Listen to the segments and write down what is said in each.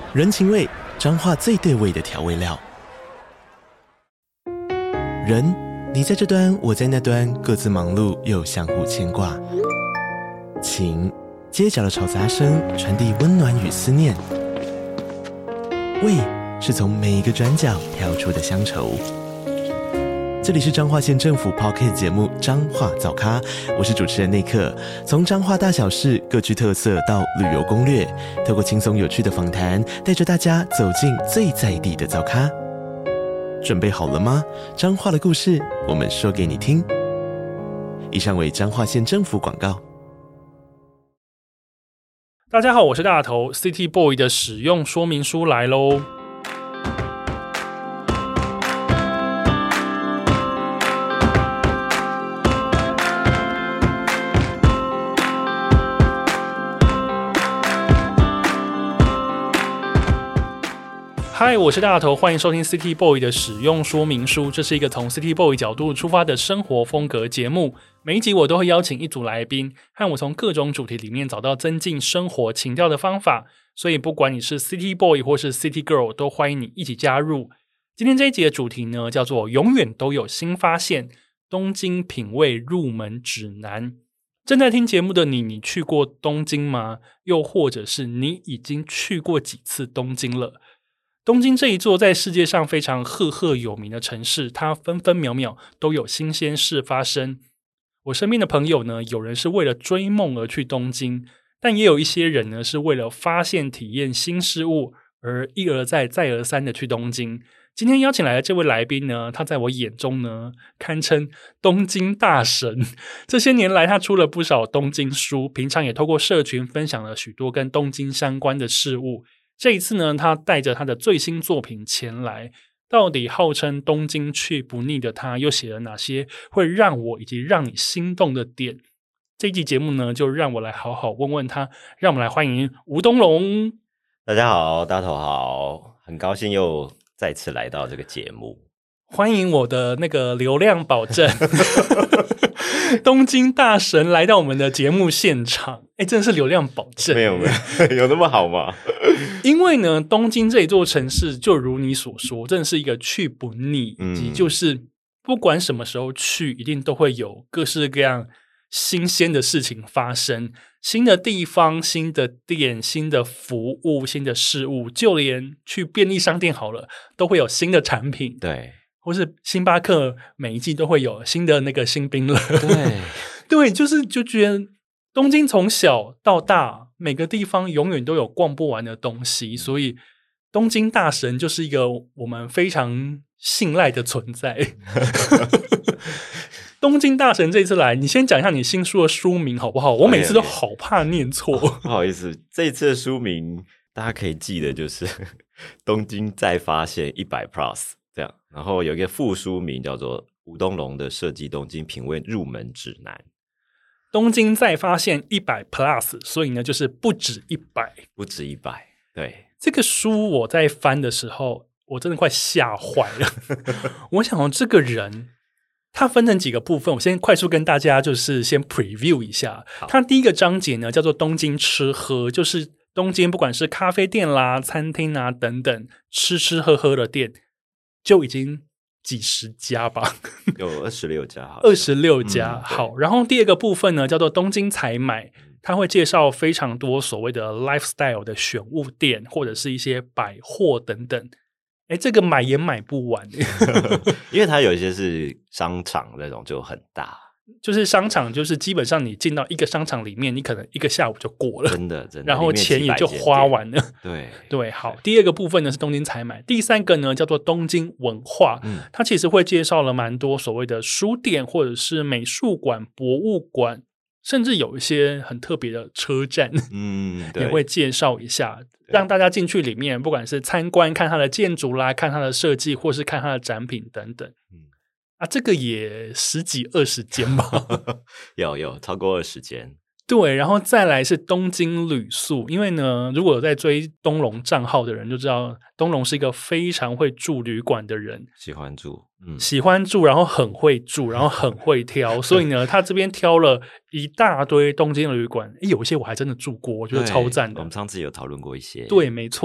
人情味，彰化最对味的调味料。人，你在这端，我在那端，各自忙碌又相互牵挂。情，街角的吵杂声传递温暖与思念。味，是从每一个转角跳出的乡愁。这里是彰化县政府 Podcast 节目《彰化早咖》，我是主持人内克。从彰化大小事各具特色到旅游攻略，透过轻松有趣的访谈，带着大家走进最在地的早咖。准备好了吗？彰化的故事，我们说给你听。以上为彰化县政府广告。 大家好，我是大头 City Boy 的使用说明书来咯。嗨，我是大头，欢迎收听 City Boy 的使用说明书。这是一个从 City Boy 角度出发的生活风格节目。每一集我都会邀请一组来宾，和我从各种主题里面找到增进生活情调的方法。所以不管你是 City Boy 或是 City Girl， 都欢迎你一起加入。今天这一集的主题呢，叫做永远都有新发现，东京品味入门指南。正在听节目的你去过东京吗？又或者是你已经去过几次东京了？东京这一座在世界上非常赫赫有名的城市，它分分秒秒都有新鲜事发生。我身边的朋友呢，有人是为了追梦而去东京，但也有一些人呢，是为了发现体验新事物而一而再再而三的去东京。今天邀请来的这位来宾呢，他在我眼中呢，堪称东京大神。这些年来他出了不少东京书，平常也透过社群分享了许多跟东京相关的事物。这一次呢，他带着他的最新作品前来，到底号称东京去不腻的他又写了哪些会让我以及让你心动的点？这一集节目呢，就让我来好好问问他。让我们来欢迎吴东龙。 大家好，大头好，很高兴又再次来到这个节目。 欢迎我的那个流量保证东京大神来到我们的节目现场。真的是流量保证。 没有有那么好吗？ 因为呢，东京这一座城市就如你所说，真的是一个去不腻，以及就是不管什么时候去，一定都会有各式各样新鲜的事情发生。新的地方、新的店、新的服务、新的事物，就连去便利商店好了，都会有新的产品。 对， 或是星巴克每一季都会有新的那个新冰乐。 对对，就觉得东京从小到大每个地方永远都有逛不完的东西，所以东京大神就是一个我们非常信赖的存在。东京大神这一次来，你先讲一下你新书的书名好不好？我每次都好怕念错。 不好意思，这一次的书名大家可以记得就是东京再发现100 Plus 这样，然后有一个副书名叫做吴东龙的设计东京品味入门指南。 东京再发现100 Plus， 所以呢就是不止100， 不止100。对， 这个书我在翻的时候，我真的快吓坏了。我想这个人它分成几个部分，我先快速跟大家就是先 preview 一下。它第一个章节呢叫做东京吃喝，就是东京不管是咖啡店啦、餐厅啊等等吃喝喝的店就已经几十家吧， 有26家 26家。好，然后第二个部分呢叫做东京采买，它会介绍非常多所谓的 lifestyle 的选物店或者是一些百货等等。这个买也买不完。 因为它有一些是商场那种就很大， 就是商场就是基本上你进到一个商场里面，你可能一个下午就过了， 真的然后钱也就花完了。对，好，第二个部分呢是东京采买，第三个呢叫做东京文化。它其实会介绍了蛮多所谓的书店或者是美术馆、博物馆，甚至有一些很特别的车站，也会介绍一下，让大家进去里面，不管是参观看它的建筑啦，看它的设计，或是看它的展品等等。这个也10几20间吧。 有超过20间。 对，然后再来是东京旅宿，因为呢，如果有在追东龙账号的人就知道，东龙是一个非常会住旅馆的人， 喜欢住， 然后很会住，然后很会挑，所以呢，他这边挑了一大堆东京的旅馆，有一些我还真的住过，我觉得超赞的。 我们上次有讨论过一些， 对，没错。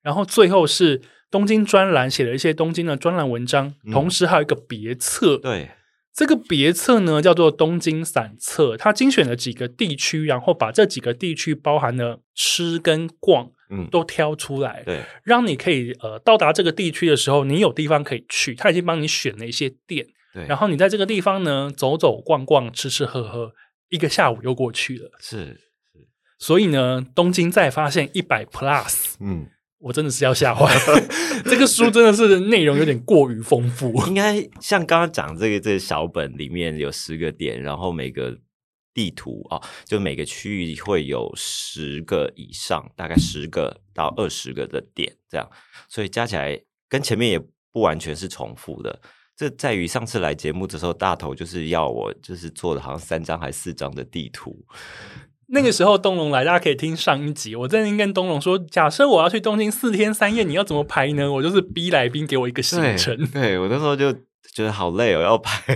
然后最后是东京专栏，写了一些东京的专栏文章，同时还有一个别册。 对， 这个别册呢叫做东京散册，它精选了几个地区，然后把这几个地区包含了吃跟逛都挑出来， 对， 让你可以到达这个地区的时候，你有地方可以去，他已经帮你选了一些店， 对， 然后你在这个地方呢走走逛逛，吃吃喝喝，一个下午又过去了。 是， 所以呢，东京再发现100 plus，我真的是要吓坏这个书真的是内容有点过于丰富。 应该像刚刚讲这个小本里面有10个点，然后每个地图就每个区域会有10个以上，大概10个到20个的点这样，所以加起来跟前面也不完全是重复的。这在于上次来节目的时候，大头就是要我就是做的好像3张还4张的地图。 那个时候东龙来，大家可以听上一集，我在那边跟东龙说，假设我要去东京4天3夜，你要怎么排呢？我就是逼来宾给我一个行程。 对，我那时候就觉得好累哦，要排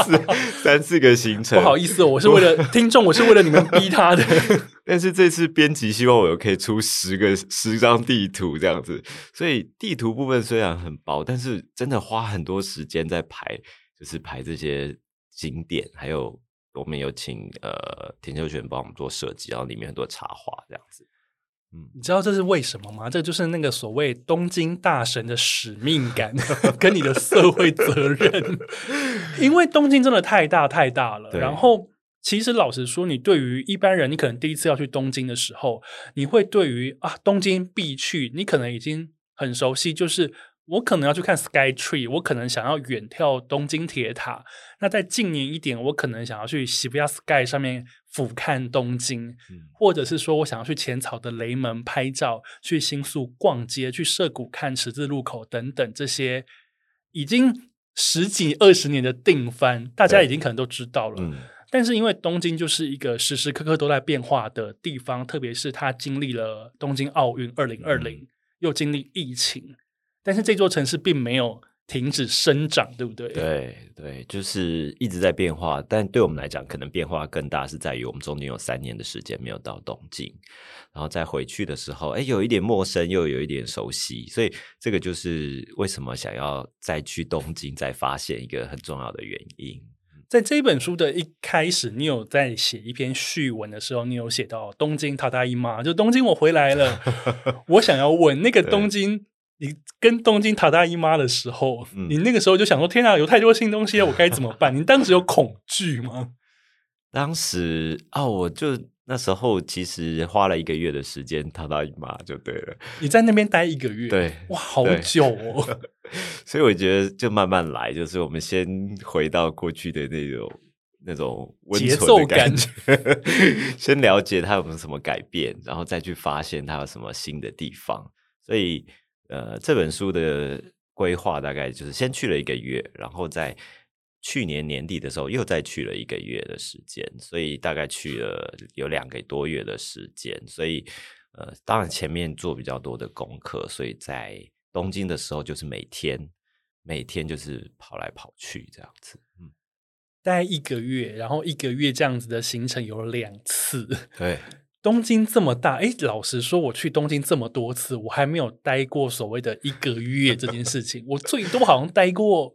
3-4个行程。 不好意思我是为了听众，我是为了你们逼他的。 但是这次编辑希望我可以出10张地图这样子，所以地图部分虽然很薄，但是真的花很多时间在排，就是排这些景点，还有我们有请田秀全帮我们做设计，然后里面很多插画这样子。 你知道这是为什么吗？这就是那个所谓东京大神的使命感跟你的社会责任。因为东京真的太大了，然后其实老实说，你对于一般人，你可能第一次要去东京的时候，你会对于东京必去，你可能已经很熟悉，就是我可能要去看 Sky Tree， 我可能想要远眺东京铁塔，那再近年一点，我可能想要去Shibuya Sky 上面俯瞰东京，或者是说我想要去浅草的雷门拍照，去新宿逛街，去涩谷看十字路口等等，这些已经10几20年的定番，大家已经可能都知道了。但是因为东京就是一个时时刻刻都在变化的地方，特别是它经历了东京奥运2020，又经历疫情，但是这座城市并没有停止生长，对不对？ 对，就是一直在变化，但对我们来讲可能变化更大是在于我们中间有3年的时间没有到东京，然后再回去的时候有一点陌生又有一点熟悉，所以这个就是为什么想要再去东京再发现一个很重要的原因。 在这本书的一开始，你有在写一篇序文的时候，你有写到东京塔达伊妈，就东京我回来了。我想要问那个东京，你跟东京塔大姨妈的时候，你那个时候就想说天啊，有太多新东西了，我该怎么办？你当时有恐惧吗？ 当时我就那时候其实花了1个月的时间塔大姨妈就对了。 你在那边待1个月？ 对， 哇，好久哦。 所以我觉得就慢慢来，就是我们先回到过去的那种温存的感觉，先了解它有没有什么改变，然后再去发现它有什么新的地方。所以这本书的规划大概就是先去了1个月，然后在去年年底的时候又再去了1个月的时间，所以大概去了有2个多月的时间。所以当然前面做比较多的功课，所以在东京的时候就是每天就是跑来跑去这样子。 待1个月，然后1个月这样子的行程有2次。 对， 东京这么大，老实说我去东京这么多次，我还没有待过所谓的1个月这件事情。我最多好像待过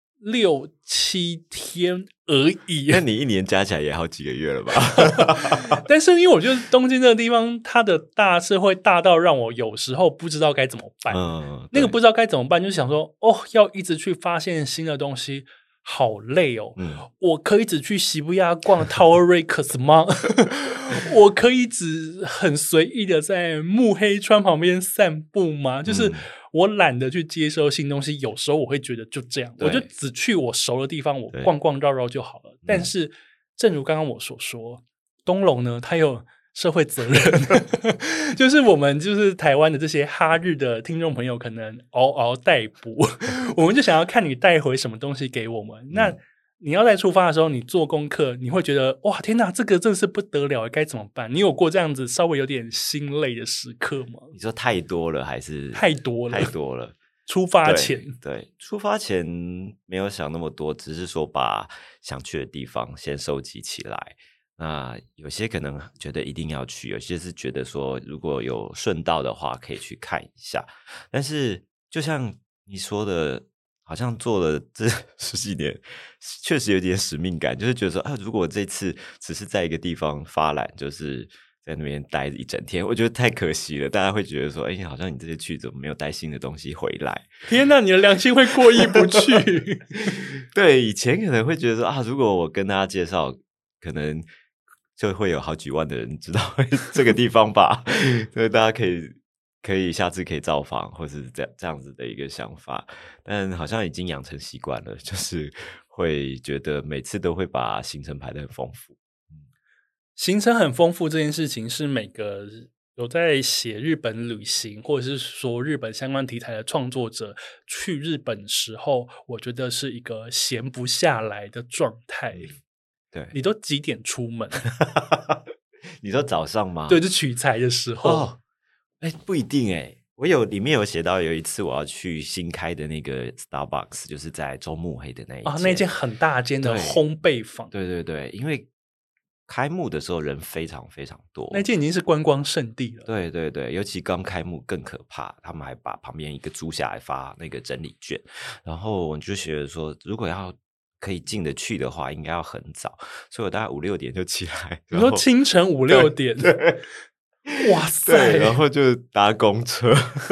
6-7天而已。 那你1年加起来也好几个月了吧？ 但是因为我觉得东京这个地方它的大是会大到让我有时候不知道该怎么办。那个不知道该怎么办就是想说要一直去发现新的东西，好累哦。我可以只去西布亚逛 Tower Records 吗？我可以只很随意的在目黑川旁边散步吗？就是我懒得去接收新东西，有时候我会觉得就这样，我就只去我熟的地方，我逛逛绕绕就好了。但是正如刚刚我所说，东龙呢他有社会责任就是我们就是台湾的这些哈日的听众朋友可能嗷嗷待哺我们就想要看你带回什么东西给我们。那你要在出发的时候你做功课，你会觉得哇天哪，这个真是不得了，该怎么办？你有过这样子稍微有点心累的时刻吗？ 你说太多了还是太多了出发前对出发前没有想那么多，只是说把想去的地方先收集起来， 那有些可能觉得一定要去，有些是觉得说如果有顺道的话可以去看一下。但是就像你说的，好像做了这10几年，确实有点使命感，就是觉得说如果这次只是在一个地方发懒，就是在那边待一整天，我觉得太可惜了。大家会觉得说好像你这次去怎么没有带新的东西回来。 天哪，你的良心会过意不去。 对，以前可能会觉得说如果我跟大家介绍，可能就会有好几万的人知道这个地方吧。所以大家可以下次可以造访，或是这样子的一个想法。但好像已经养成习惯了，就是会觉得每次都会把行程排得很丰富。 行程很丰富这件事情是每个有在写日本旅行或者是说日本相关题材的创作者去日本时候，我觉得是一个闲不下来的状态。 对， 你都几点出门？ 你说早上吗？ 对，就取材的时候。 不一定我里面有写到有一次我要去新开的那个 Starbucks， 就是在中目黑的那一间那间很大间的烘焙坊。 对对对，因为开幕的时候人非常非常多， 那间已经是观光胜地了。 对对对，尤其刚开幕更可怕，他们还把旁边一个租下来发那个整理券，然后我就觉得说如果要可以进得去的话应该要很早，所以我大概5、6点就起来。 你说清晨5、6点？ 对， 哇塞！ 然后就搭公车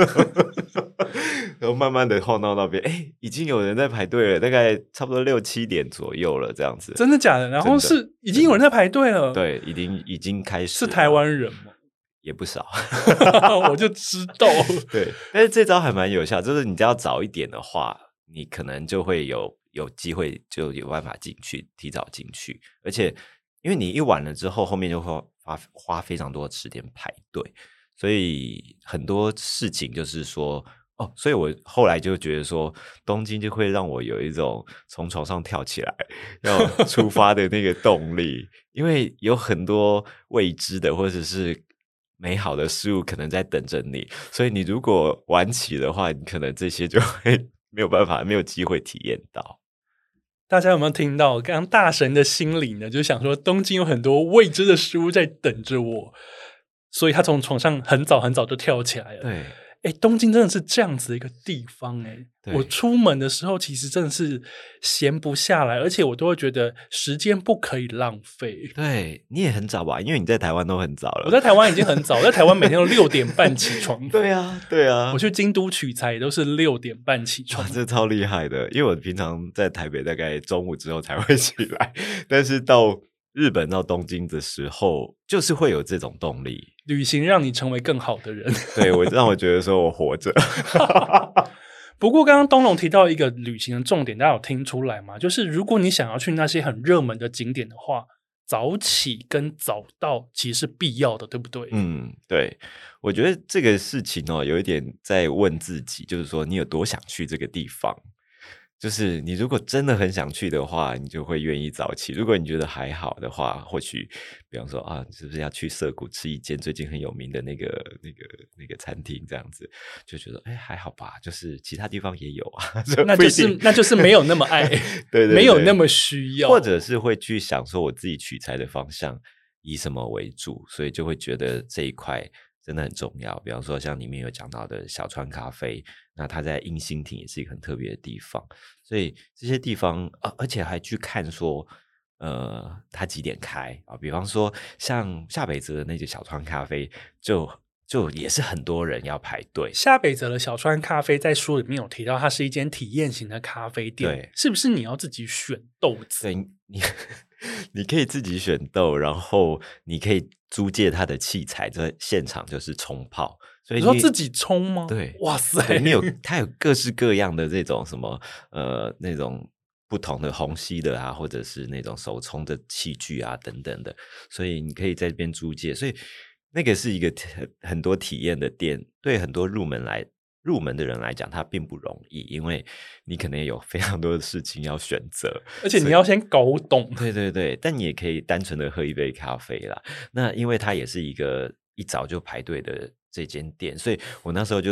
然后慢慢的晃到那边，已经有人在排队了，大概差不多6、7点左右了这样子。 真的假的？然后是已经有人在排队了？ 对，已经开始了。 是台湾人吗？ 也不少我就知道。 对，但是这招还蛮有效，就是你只要早一点的话，你可能就会有机会，就有办法进去，提早进去。而且因为你一晚了之后，后面就会花非常多的时间排队，所以很多事情就是说所以我后来就觉得说东京就会让我有一种从床上跳起来要出发的那个动力因为有很多未知的或者是美好的事物可能在等着你，所以你如果晚起的话，你可能这些就会没有办法，没有机会体验到。 大家有没有听到刚刚大神的心里呢？就想说东京有很多未知的事物在等着我，所以他从床上很早很早就跳起来了。 对， 东京真的是这样子的一个地方我出门的时候其实真的是闲不下来，而且我都会觉得时间不可以浪费。 对，你也很早吧？因为你在台湾都很早了。 我在台湾已经很早，我在台湾每天都6点半起床。 对啊，对啊。 我去京都取材也都是6点半起床。 这超厉害的，因为我平常在台北大概中午之后才会起来，但是到日本到东京的时候就是会有这种动力。 旅行让你成为更好的人。 对，让我觉得说我活着。 不过刚刚东龙提到一个旅行的重点，大家有听出来吗？就是如果你想要去那些很热门的景点的话，早起跟早到其实是必要的，对不对？ 对，我觉得这个事情有一点在问自己，就是说你有多想去这个地方。就是你如果真的很想去的话，你就会愿意早起。如果你觉得还好的话，或许比方说是不是要去涩谷吃一间最近很有名的那个餐厅，这样子就觉得还好吧，就是其他地方也有啊。 那就是没有那么爱。 对， 没有那么需要， 或者是会去想说我自己取材的方向以什么为主，所以就会觉得这一块真的很重要。比方说像里面有讲到的小川咖啡，那它在樱新町也是一个很特别的地方，所以这些地方而且还去看说它几点开比方说像下北泽的那个小川咖啡就也是很多人要排队。 下北泽的小川咖啡在书里面有提到，它是一间体验型的咖啡店。对，是不是你要自己选豆子？ 对，你可以自己选豆，然后你可以租借它的器材，在现场就是冲泡。所以你说自己冲吗？ 对， 哇塞， 它有各式各样的这种什么那种不同的虹吸的或者是那种手冲的器具等等的，所以你可以在这边租借。所以那个是一个很多体验的店，对很多入门的人来讲它并不容易，因为你可能有非常多的事情要选择， 而且你要先搞懂。 对对对，但你也可以单纯的喝一杯咖啡啦。那因为它也是一个一早就排队的这间店，所以我那时候就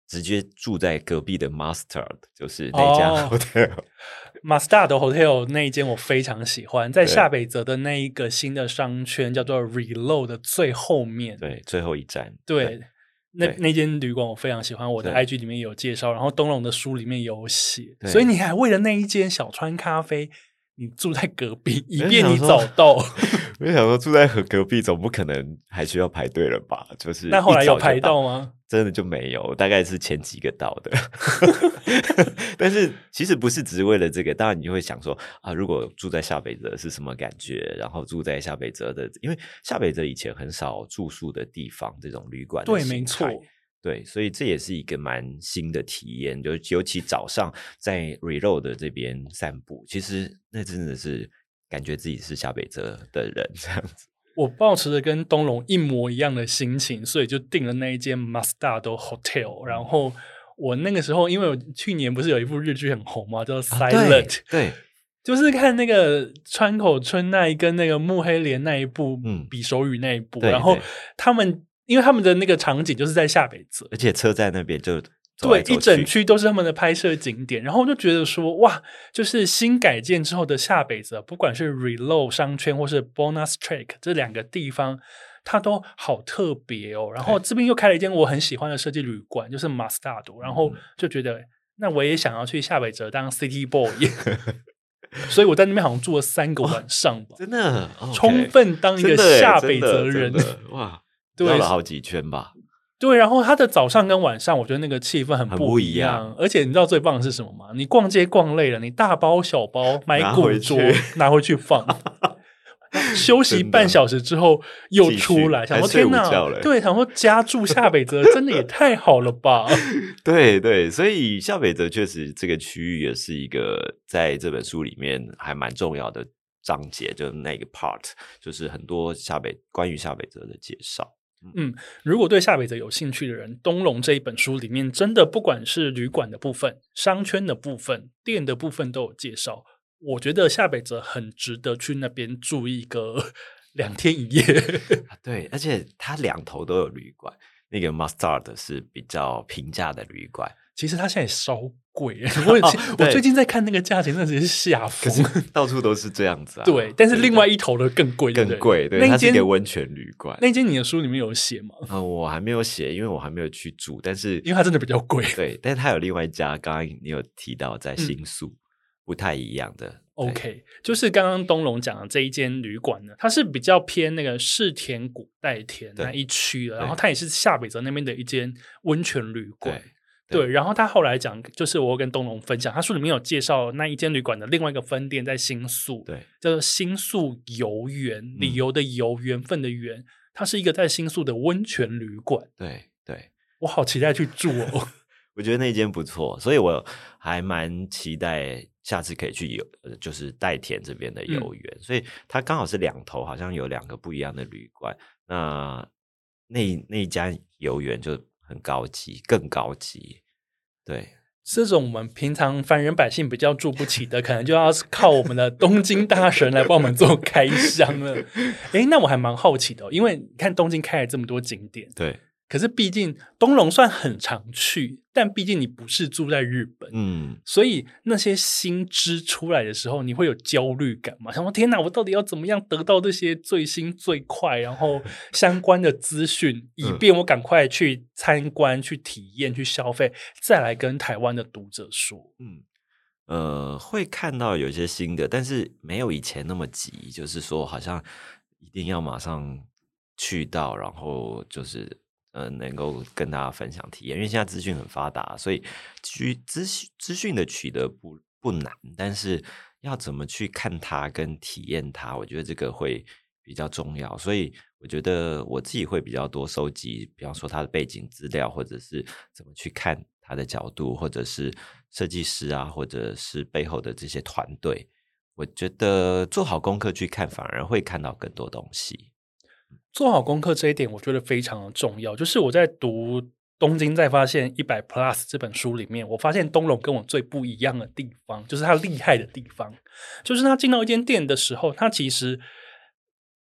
直接住在隔壁的 Mustard， 就是那家 hotel。Mustard Hotel 那一间我非常喜欢，在下北泽的那一个新的商圈叫做 Reload 的最后面， 对，最后一站。 对，那间旅馆我非常喜欢，我的 IG 里面有介绍，然后东龙的书里面有写，所以你还为了那一间小川咖啡你住在隔壁，以便你早到。 我就想说住在隔壁总不可能还需要排队了吧，就是那后来有排到吗？ 真的就没有，大概是前几个到的。但是其实不是只是为了这个，当然你会想说啊，如果住在下北泽是什么感觉，然后住在下北泽的，因为下北泽以前很少住宿的地方，这种旅馆的对，没错， 对，所以这也是一个蛮新的体验，就尤其早上在 Reload 的这边散步，其实那真的是感觉自己是下北泽的人这样子。 我抱持着跟东龙一模一样的心情，所以就订了那一间 Mustard Hotel。然后我那个时候，因为我去年不是有一部日剧很红嘛，叫 Silent， 对， 就是看那个川口春奈跟那个木黑莲那一部，比手语那一部，然后他们因为他们的那个场景就是在下北泽， 而且车站那边就对，一整区都是他们的拍摄景点，然后我就觉得说，哇，就是新改建之后的下北泽，不管是 Reload 商圈或是 Bonus Track 这两个地方，它都好特别哦。然后这边又开了一间我很喜欢的设计旅馆，就是 Mustard， 然后就觉得，那我也想要去下北泽当 City Boy。所以我在那边好像住了3个晚上吧， 真的， 充分当一个下北泽人。 哇， 对， 绕了好几圈吧。 对，然后它的早上跟晚上，我觉得那个气氛很不一样。而且你知道最棒的是什么吗？你逛街逛累了，你大包小包买古着拿回去放，休息半小时之后又出来，想说天哪，对，想说家住下北泽真的也太好了吧？ 对对，所以下北泽确实这个区域也是一个在这本书里面还蛮重要的章节，就是那个 part， 就是很多关于下北泽的介绍。 如果对下北泽有兴趣的人，东龙这一本书里面真的不管是旅馆的部分、商圈的部分、店的部分都有介绍。我觉得下北泽很值得去那边住一个2天1夜。 对，而且它两头都有旅馆，那个 Mustard 是比较平价的旅馆。 其实它现在也稍贵，我最近在看那个价钱，真的是吓疯。 可是到处都是这样子啊。 对，但是另外一头的更贵， 更贵。对，它是一个温泉旅馆。 那间你的书里面有写吗？ 我还没有写，因为我还没有去住。但是因为它真的比较贵。 对，但是它有另外一家，刚刚你有提到在新宿，不太一样的。 OK， 就是刚刚东龙讲的这一间旅馆呢，它是比较偏那个世田谷代田那一区的，然后它也是下北泽那边的一间温泉旅馆。对，然后他后来讲，就是我跟东龙分享，他书里面有介绍那一间旅馆的另外一个分店在新宿， 对， 叫做新宿游园，理由的游，缘分的缘，它是一个在新宿的温泉旅馆。 对， 我好期待去住哦。 我觉得那间不错，所以我还蛮期待下次可以去就是代田这边的游园，所以它刚好是两头，好像有2个不一样的旅馆。那一家游园就很高级，更高级。对， 这种我们平常凡人百姓比较住不起的，可能就要靠我们的东京大神来帮我们做开箱了。那我还蛮好奇的因为你看东京开了这么多景点， 对， 可是毕竟东龙算很常去，但毕竟你不是住在日本，所以那些新知出来的时候，你会有焦虑感吗？想说天哪，我到底要怎么样得到这些最新最快，然后相关的资讯，以便我赶快去参观、去体验、去消费，再来跟台湾的读者说。 会看到有些新的，但是没有以前那么急，就是说好像一定要马上去到，然后就是能够跟大家分享体验，因为现在资讯很发达，所以资讯的取得不难，但是要怎么去看它跟体验它，我觉得这个会比较重要。所以我觉得我自己会比较多收集，比方说它的背景资料，或者是怎么去看它的角度，或者是设计师啊，或者是背后的这些团队。我觉得做好功课去看，反而会看到更多东西。 做好功课这一点我觉得非常的重要，就是我在读《东京再发现100 Plus》这本书里面，我发现东龙跟我最不一样的地方，就是他厉害的地方，就是他进到一间店的时候，他其实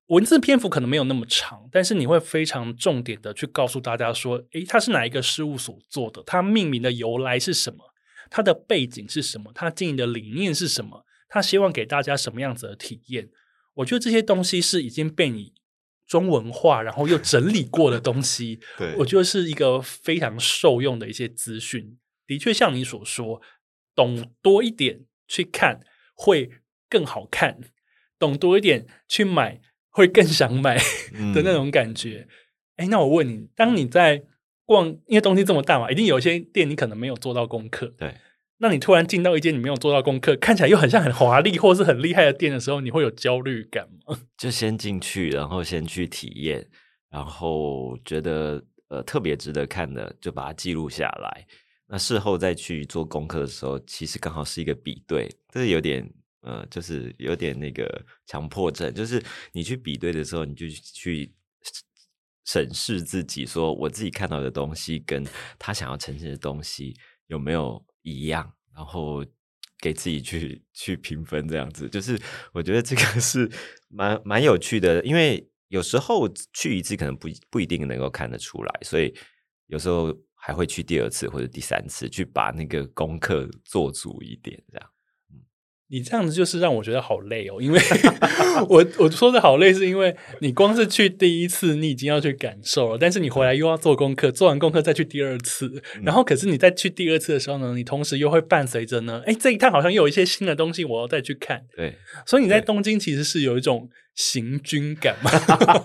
文字篇幅可能没有那么长，但是你会非常重点的去告诉大家说，它是哪一个事务所做的，它命名的由来是什么，它的背景是什么，它经营的理念是什么，它希望给大家什么样子的体验。我觉得这些东西是已经被你中文化然后又整理过的东西对， 我觉得是一个非常受用的一些资讯。的确像你所说，懂多一点去看会更好看，懂多一点去买会更想买的那种感觉。那我问你，当你在逛，因为东西这么大嘛，一定有一些店你可能没有做到功课， 对， 那你突然进到一间你没有做到功课，看起来又很像很华丽或是很厉害的店的时候，你会有焦虑感吗？ 就先进去，然后先去体验，然后觉得特别值得看的，就把它记录下来。那事后再去做功课的时候，其实刚好是一个比对，这有点就是有点那个强迫症，就是你去比对的时候，你就去审视自己，说我自己看到的东西跟他想要呈现的东西有没有一样，然后给自己去评分，这样子。就是我觉得这个是蛮有趣的，因为有时候去一次可能不一定能够看得出来，所以有时候还会去第二次或者第三次，去把那个功课做足一点，这样。 你这样子就是让我觉得好累哦，因为我说的好累是因为你光是去第一次你已经要去感受了，但是你回来又要做功课，做完功课再去第二次，然后可是你在去第二次的时候呢，你同时又会伴随着呢，这一趟好像又有一些新的东西我要再去看， 对， 所以你在东京其实是有一种行军感嘛。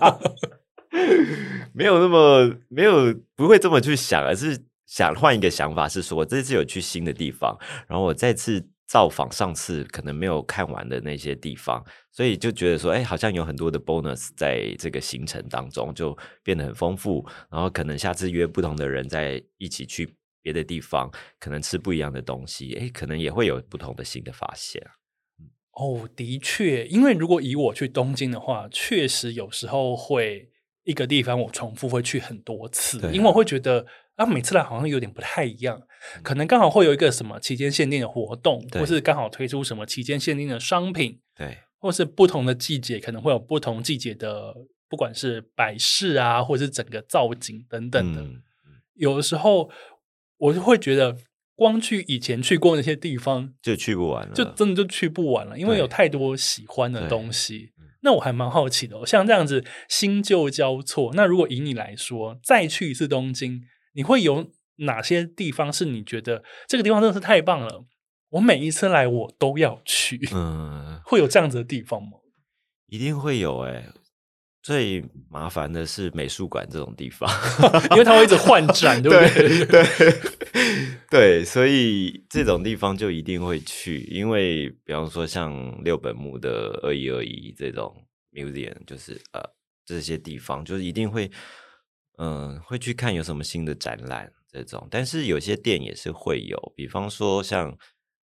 不会这么去想，而是想换一个想法，是说我这次有去新的地方，然后我再次造访上次可能没有看完的那些地方，所以就觉得说好像有很多的 bonus 在这个行程当中就变得很丰富，然后可能下次约不同的人在一起去别的地方，可能吃不一样的东西，可能也会有不同的新的发现。 的确，因为如果以我去东京的话，确实有时候会一个地方我重复会去很多次，因为我会觉得每次来好像有点不太一样，可能刚好会有一个什么期间限定的活动，或是刚好推出什么期间限定的商品， 对， 或是不同的季节可能会有不同季节的，不管是摆饰啊，或是整个造景等等的。有的时候我就会觉得光去以前去过那些地方就去不完了， 就真的就去不完了，因为有太多喜欢的东西。那我还蛮好奇的像这样子新旧交错，那如果以你来说再去一次东京，你会有哪些地方是你觉得这个地方真的是太棒了，我每一次来我都要去？会有这样子的地方吗？ 一定会有最麻烦的是美术馆这种地方因为它会一直换展对不对？ 对，所以这种地方就一定会去，因为比方说像六本木的2121这种 museum， 就是这些地方就是一定会会去看有什么新的展览这种，但是有些店也是会有，比方说像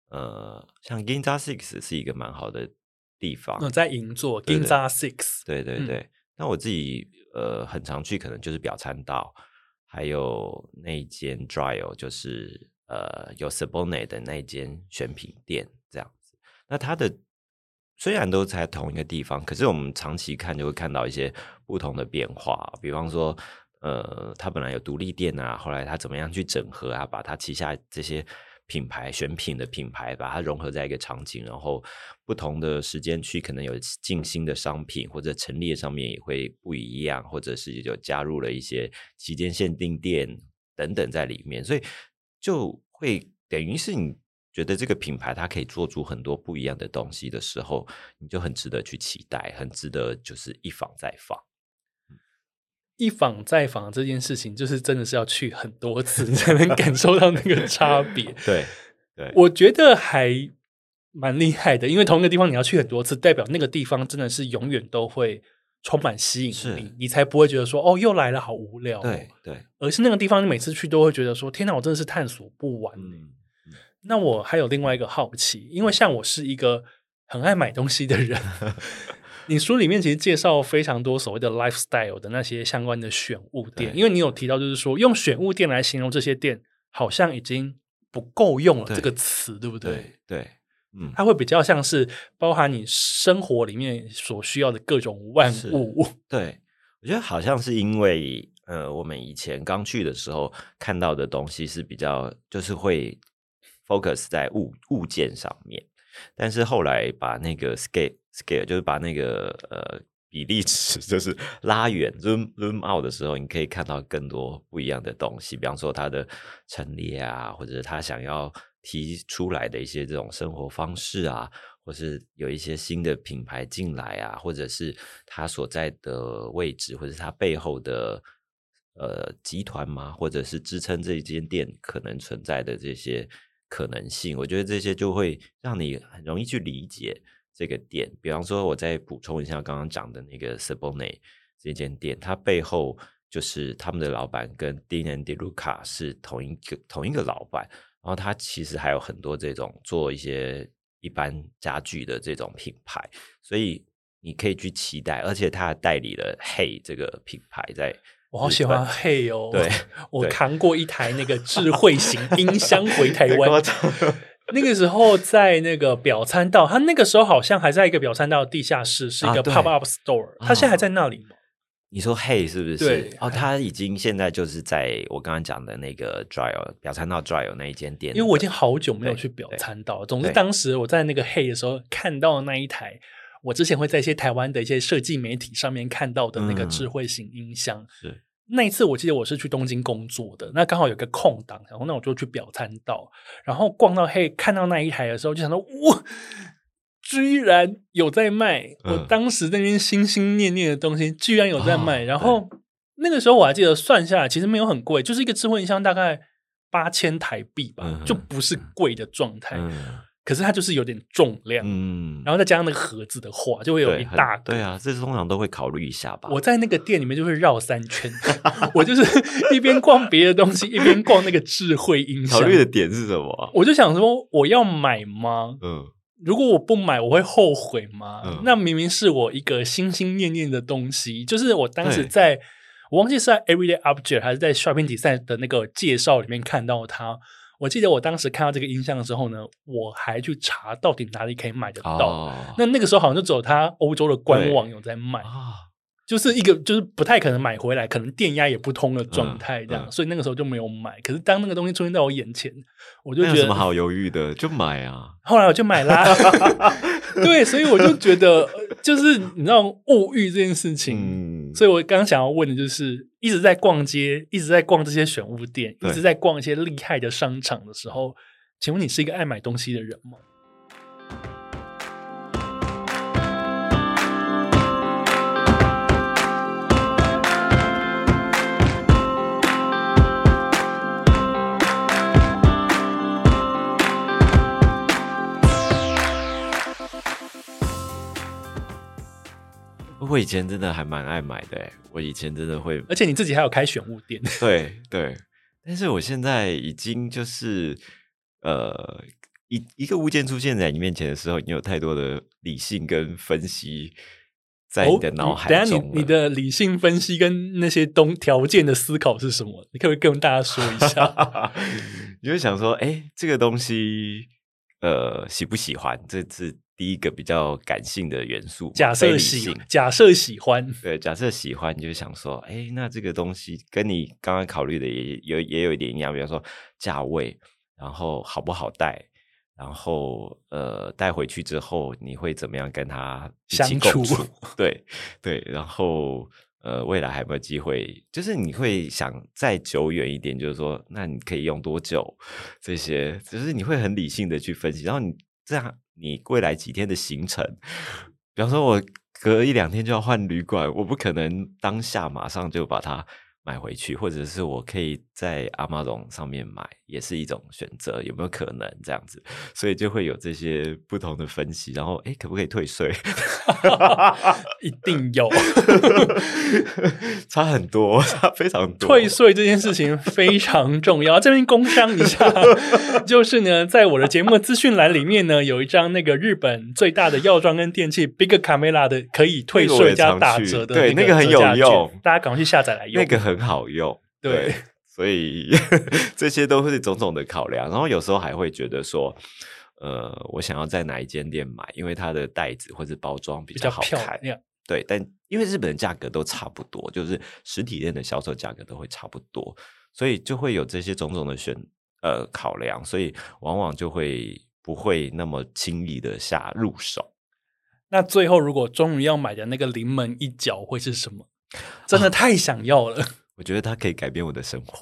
Ginza Six 是一个蛮好的地方， 在银座 Ginza Six， 对对对。那我自己很常去，可能就是表参道，还有那一间 Dryo， 就是有 Sabone 的那一间选品店这样子。那它的虽然都在同一个地方，可是我们长期看就会看到一些不同的变化，比方说它本来有独立店啊，后来它怎么样去整合啊，把它旗下这些品牌选品的品牌把它融合在一个场景，然后不同的时间区可能有进新的商品，或者陈列上面也会不一样，或者是有加入了一些期间限定店等等在里面，所以就会等于是你觉得这个品牌它可以做出很多不一样的东西的时候，你就很值得去期待，很值得就是一访再访。 一访再访这件事情就是真的是要去很多次你才能感受到那个差别对， 我觉得还蛮厉害的，因为同一个地方你要去很多次，代表那个地方真的是永远都会充满吸引力，你才不会觉得说又来了好无聊对， 而是那个地方你每次去都会觉得说天哪，我真的是探索不完那我还有另外一个好奇，因为像我是一个很爱买东西的人你书里面其实介绍非常多所谓的 lifestyle 的那些相关的选物店，因为你有提到就是说用选物店来形容这些店好像已经不够用了这个词，对不对？ 对， 它会比较像是包含你生活里面所需要的各种万物。 对，我觉得好像是因为我们以前刚去的时候看到的东西是比较就是会 focus 在物件上面，但是后来把那个 scale 就是把那个比例尺就是拉远 zoom out 的时候，你可以看到更多不一样的东西，比方说它的陈列啊，或者是他想要提出来的一些这种生活方式啊，或是有一些新的品牌进来啊，或者是它所在的位置，或者是它背后的集团嘛，或者是支撑这一间店可能存在的这些可能性，我觉得这些就会让你很容易去理解这个店。比方说我再补充一下刚刚讲的那个 Sabone 这间店，它背后就是他们的老板跟 Dean & DeLuca 是同一个老板，然后他其实还有很多这种做一些一般家具的这种品牌，所以你可以去期待，而且他代理了 Hey 这个品牌在我好喜欢 Hey 哦， 对， 我扛过一台那个智慧型音箱回台湾那个时候在那个表参道，他那个时候好像还在一个表参道地下室，是一个 pop-up store，他现在还在那里吗？ 你说 Hey 是不是？ 对他已经现在就是在我刚刚讲的那个 Dryer 表参道 Dryer 那一间店， 因为我已经好久没有去表参道，总之当时我在那个 Hey 的时候看到那一台我之前会在一些台湾的一些设计媒体上面看到的那个智慧型音箱， 是那一次我记得我是去东京工作的，那刚好有个空档，然后那我就去表参道，然后逛到Hey看到那一台的时候就想说哇，居然有在卖，我当时那边心心念念的东西居然有在卖，然后那个时候我还记得算下来其实没有很贵，就是一个智慧音箱大概8000台币吧，就不是贵的状态，可是它就是有点重量，然后再加上那个盒子的话就会有一大个， 对啊，这通常都会考虑一下吧。 我在那个店里面就会绕3圈我就是一边逛别的东西一边逛那个智慧音箱。 考虑的点是什么？ 我就想说我要买吗？如果我不买我会后悔吗？那明明是我一个心心念念的东西，就是我当时在我忘记是在 Everyday Object 还是在 Shopping Design 的那个介绍里面看到它。我记得我当时看到这个音箱的时候呢，我还去查到底哪里可以买得到。那个时候好像就只有它欧洲的官网有在卖，就是一个就是不太可能买回来，可能电压也不通的状态这样，所以那个时候就没有买。可是当那个东西出现在我眼前，我就觉得有什么好犹豫的，就买啊。 后来我就买啦对，所以我就觉得就是你知道物欲这件事情，所以我刚刚想要问的就是一直在逛街，一直在逛这些选物店，一直在逛一些厉害的商场的时候，请问你是一个爱买东西的人吗？ 我以前真的还蛮爱买的，我以前真的会， 而且你自己还有开选物店。 对，但是我现在已经就是一个物件出现在你面前的时候，你有太多的理性跟分析在你的脑海中了。 等一下你的理性分析跟那些条件的思考是什么？你可不可以跟大家说一下？ 你会想说这个东西喜不喜欢，这是第一个比较感性的元素。假设喜欢，对，假设喜欢，你就想说那这个东西跟你刚刚考虑的也有一点一样，比方说价位，然后好不好带，然后带回去之后你会怎么样跟他一起共处对，然后未来还有没有机会，就是你会想再久远一点，就是说那你可以用多久，这些就是你会很理性的去分析，然后你这样你未来几天的行程，比方说我隔1-2天就要换旅馆，我不可能当下马上就把它买回去，或者是我可以在 Amazon 上面买，也是一种选择，有没有可能这样子？所以就会有这些不同的分析，然后可不可以退税？ 一定有差很多，差非常多。 退税这件事情非常重要，这边工商一下就是呢在我的节目资讯栏里面呢有一张那个日本最大的药妆跟电器 Big Camera 的可以退税加打折的对，那个很有用， 大家赶快去下载来用， 那个很好用。对，所以这些都是种种的考量，然后有时候还会觉得说我想要在哪一间店买，因为它的袋子或者包装比较好比较看。 漂亮对，但因为日本的价格都差不多，就是实体店的销售价格都会差不多，所以就会有这些种种的考量，所以往往就会不会那么轻易的入手。 那最后如果终于要买的那个临门一脚会是什么？真的太想要了。 我觉得它可以改变我的生活。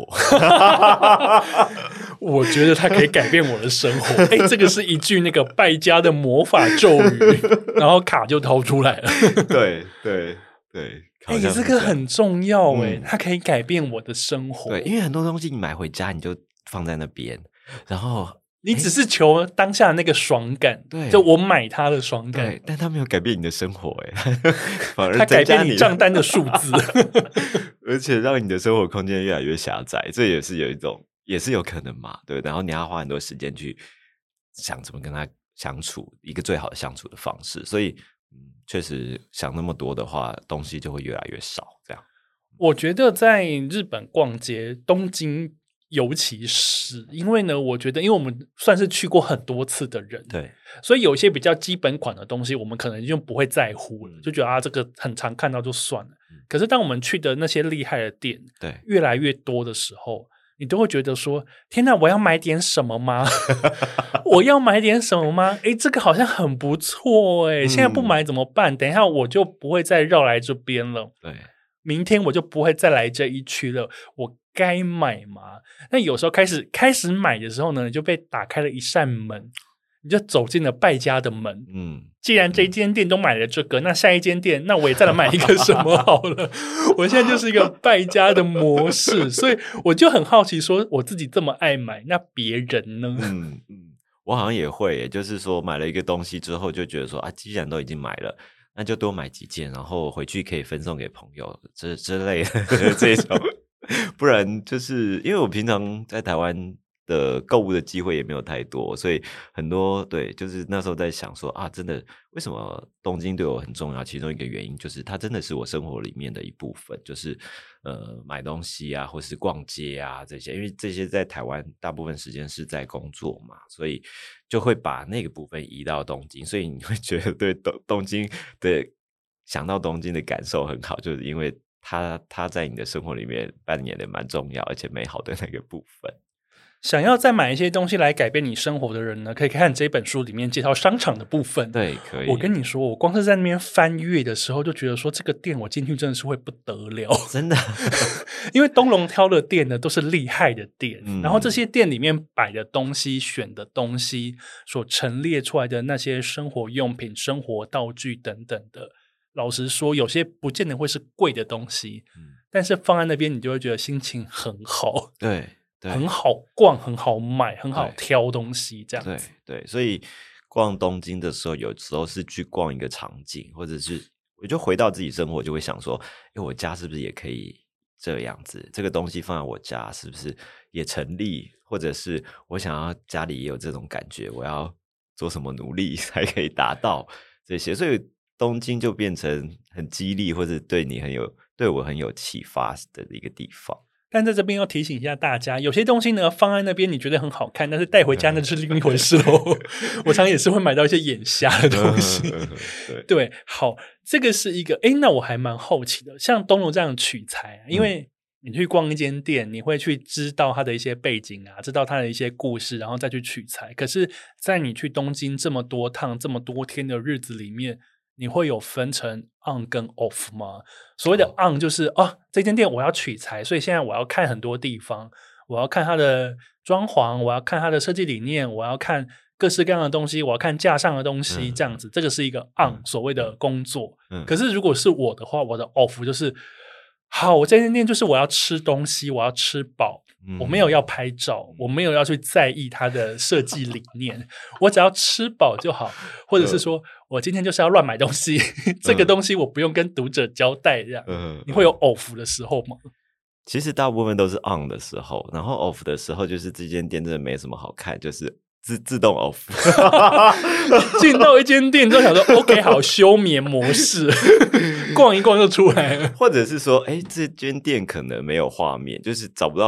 我觉得它可以改变我的生活。这个是一句那个败家的魔法咒语，然后卡就掏出来了。 对对对， 这个很重要它可以改变我的生活。 对，因为很多东西你买回家你就放在那边，然后你只是求当下那个爽感， 对， 就我买它的爽感， 对，但它没有改变你的生活，反而它改变你账单的数字， 而且让你的生活空间越来越狭窄，这也是也是有可能嘛，对。然后你要花很多时间去想怎么跟他相处，一个最好的相处的方式，所以确实想那么多的话，东西就会越来越少。这样， 我觉得在日本逛街，东京尤其是因为呢，我觉得因为我们算是去过很多次的人， 对， 所以有一些比较基本款的东西我们可能就不会在乎了，就觉得这个很常看到就算了。可是当我们去的那些厉害的店对越来越多的时候，你都会觉得说天哪，我要买点什么吗？我要买点什么吗？这个好像很不错现在不买怎么办？等一下我就不会再绕来这边了， 对， 明天我就不会再来这一区了，我该买吗？那有时候开始买的时候呢，你就被打开了一扇门，你就走进了败家的门。既然这一间店都买了这个，那下一间店，那我也再来买一个什么好了。我现在就是一个败家的模式，所以我就很好奇说，我自己这么爱买，那别人呢？ 我好像也会就是说买了一个东西之后就觉得说既然都已经买了，那就多买几件，然后回去可以分送给朋友之类的这种。不然就是因为我平常在台湾的购物的机会也没有太多，所以很多对，就是那时候在想说真的为什么东京对我很重要，其中一个原因就是它真的是我生活里面的一部分，就是买东西或是逛街这些，因为这些在台湾大部分时间是在工作嘛，所以就会把那个部分移到东京，所以你会觉得对东京的想到东京的感受很好，就是因为它在你的生活里面扮演的蛮重要而且美好的那个部分。 想要再买一些东西来改变你生活的人呢，可以看这本书里面介绍商场的部分。 对，可以。 我跟你说，我光是在那边翻阅的时候就觉得说，这个店我进去真的是会不得了， 真的。 因为东龙挑的店呢都是厉害的店，然后这些店里面摆的东西、选的东西所陈列出来的那些生活用品、生活道具等等的，老实说有些不见得会是贵的东西，但是放在那边你就会觉得心情很好。 对， 很好逛，很好买，很好挑东西这样子。 对，所以逛东京的时候有时候是去逛一个场景，或者是我就回到自己生活就会想说我家是不是也可以这样子，这个东西放在我家是不是也成立，或者是我想要家里也有这种感觉，我要做什么努力才可以达到这些，所以东京就变成很激励或者对我很有启发的一个地方。 但在这边要提醒一下大家，有些东西呢放在那边你觉得很好看，但是带回家那就是另一回事咯。我常也是会买到一些眼瞎的东西。对，好，这个是一个那我还蛮好奇的，像东龙这样的取材因为你去逛一间店，你会去知道它的一些背景知道它的一些故事，然后再去取材。可是在你去东京这么多趟这么多天的日子里面，你会有分成 on 跟 off 吗？所谓的 on 就是这间店我要取材，所以现在我要看很多地方，我要看它的装潢，我要看它的设计理念，我要看各式各样的东西，我要看架上的东西，这样子，这个是一个 on 所谓的工作。可是如果是我的话，我的 off 就是好，我这间店就是我要吃东西，我要吃饱，我没有要拍照，我没有要去在意它的设计理念，我只要吃饱就好，或者是说我今天就是要乱买东西，这个东西我不用跟读者交代这样。你会有 off 的时候吗？ 其实大部分都是 on 的时候，然后 off 的时候就是这间店真的没什么好看，就是自动 off。 进到一间店之后想说 OK 好，休眠模式逛一逛就出来了， 或者是说这间店可能没有画面，就是找不到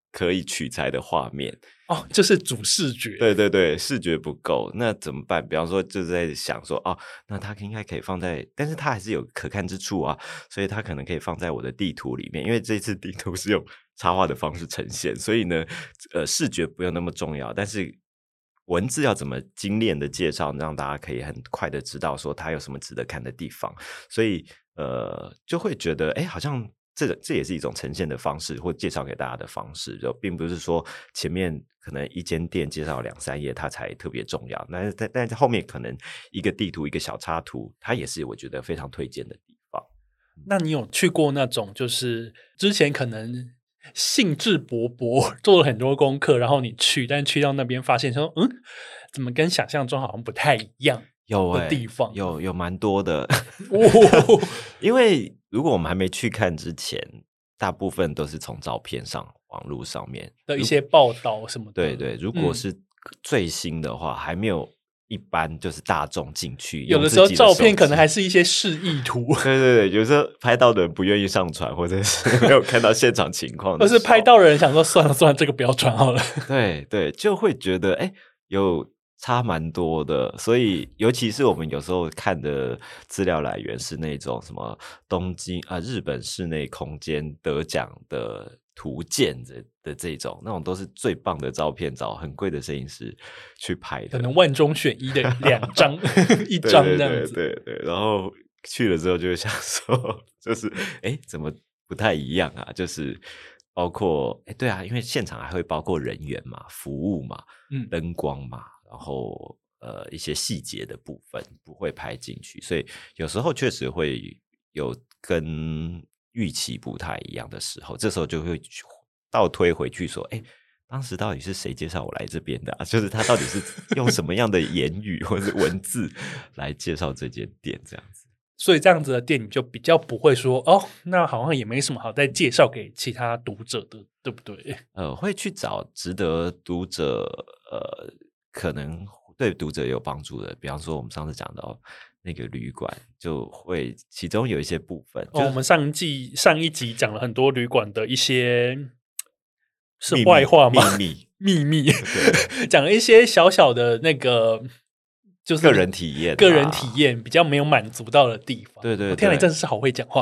可以取材的画面。 哦，就是主视觉。 对对对，视觉不够，那怎么办？比方说就是在想说那它应该可以放在，但是它还是有可看之处啊，所以它可能可以放在我的地图里面，因为这次地图是用插画的方式呈现，所以呢视觉不用那么重要，但是文字要怎么精炼的介绍，让大家可以很快的知道说它有什么值得看的地方，所以就会觉得好像这也是一种呈现的方式，或介绍给大家的方式，就并不是说前面可能一间店介绍2-3页它才特别重要，但是后面可能一个地图一个小插图，它也是我觉得非常推荐的地方。 那你有去过那种就是之前可能兴致勃勃做了很多功课，然后你但去到那边发现说怎么跟想象中好像不太一样的地方？ 有蛮多的哦因为如果我们还没去看之前，大部分都是从照片上网络上面的一些报道什么的。 对对，如果是最新的话还没有一般就是大众进去， 有的时候照片可能还是一些示意图。 对对对，有时候拍到的人不愿意上传，或者是没有看到现场情况的时候， 或是拍到的人想说算了算了，这个不要传好了。 对对，就会觉得有差蛮多的，所以尤其是我们有时候看的资料来源是那种什么东京日本室内空间得奖的图鉴的这种，那种都是最棒的照片，找很贵的摄影师去拍的， 可能万中选一的2张一张这样子。 对，然后去了之后就会想说，就是怎么不太一样啊？就是包括对啊，因为现场还会包括人员嘛、服务嘛、灯光嘛，然后一些细节的部分不会拍进去，所以有时候确实会有跟预期不太一样的时候，这时候就会倒推回去说当时到底是谁介绍我来这边的就是他到底是用什么样的言语或者文字来介绍这间店这样子。 所以这样子的店你就比较不会说那好像也没什么好再介绍给其他读者的，对不对？ 会去找值得读者可能对读者有帮助的，比方说我们上次讲到那个旅馆，就会其中有一些部分我们上一集讲了很多旅馆的一些是坏话吗？秘密讲了一些小小的那个就是个人体验比较没有满足到的地方。 对对对， 天哪，你真的是好会讲话。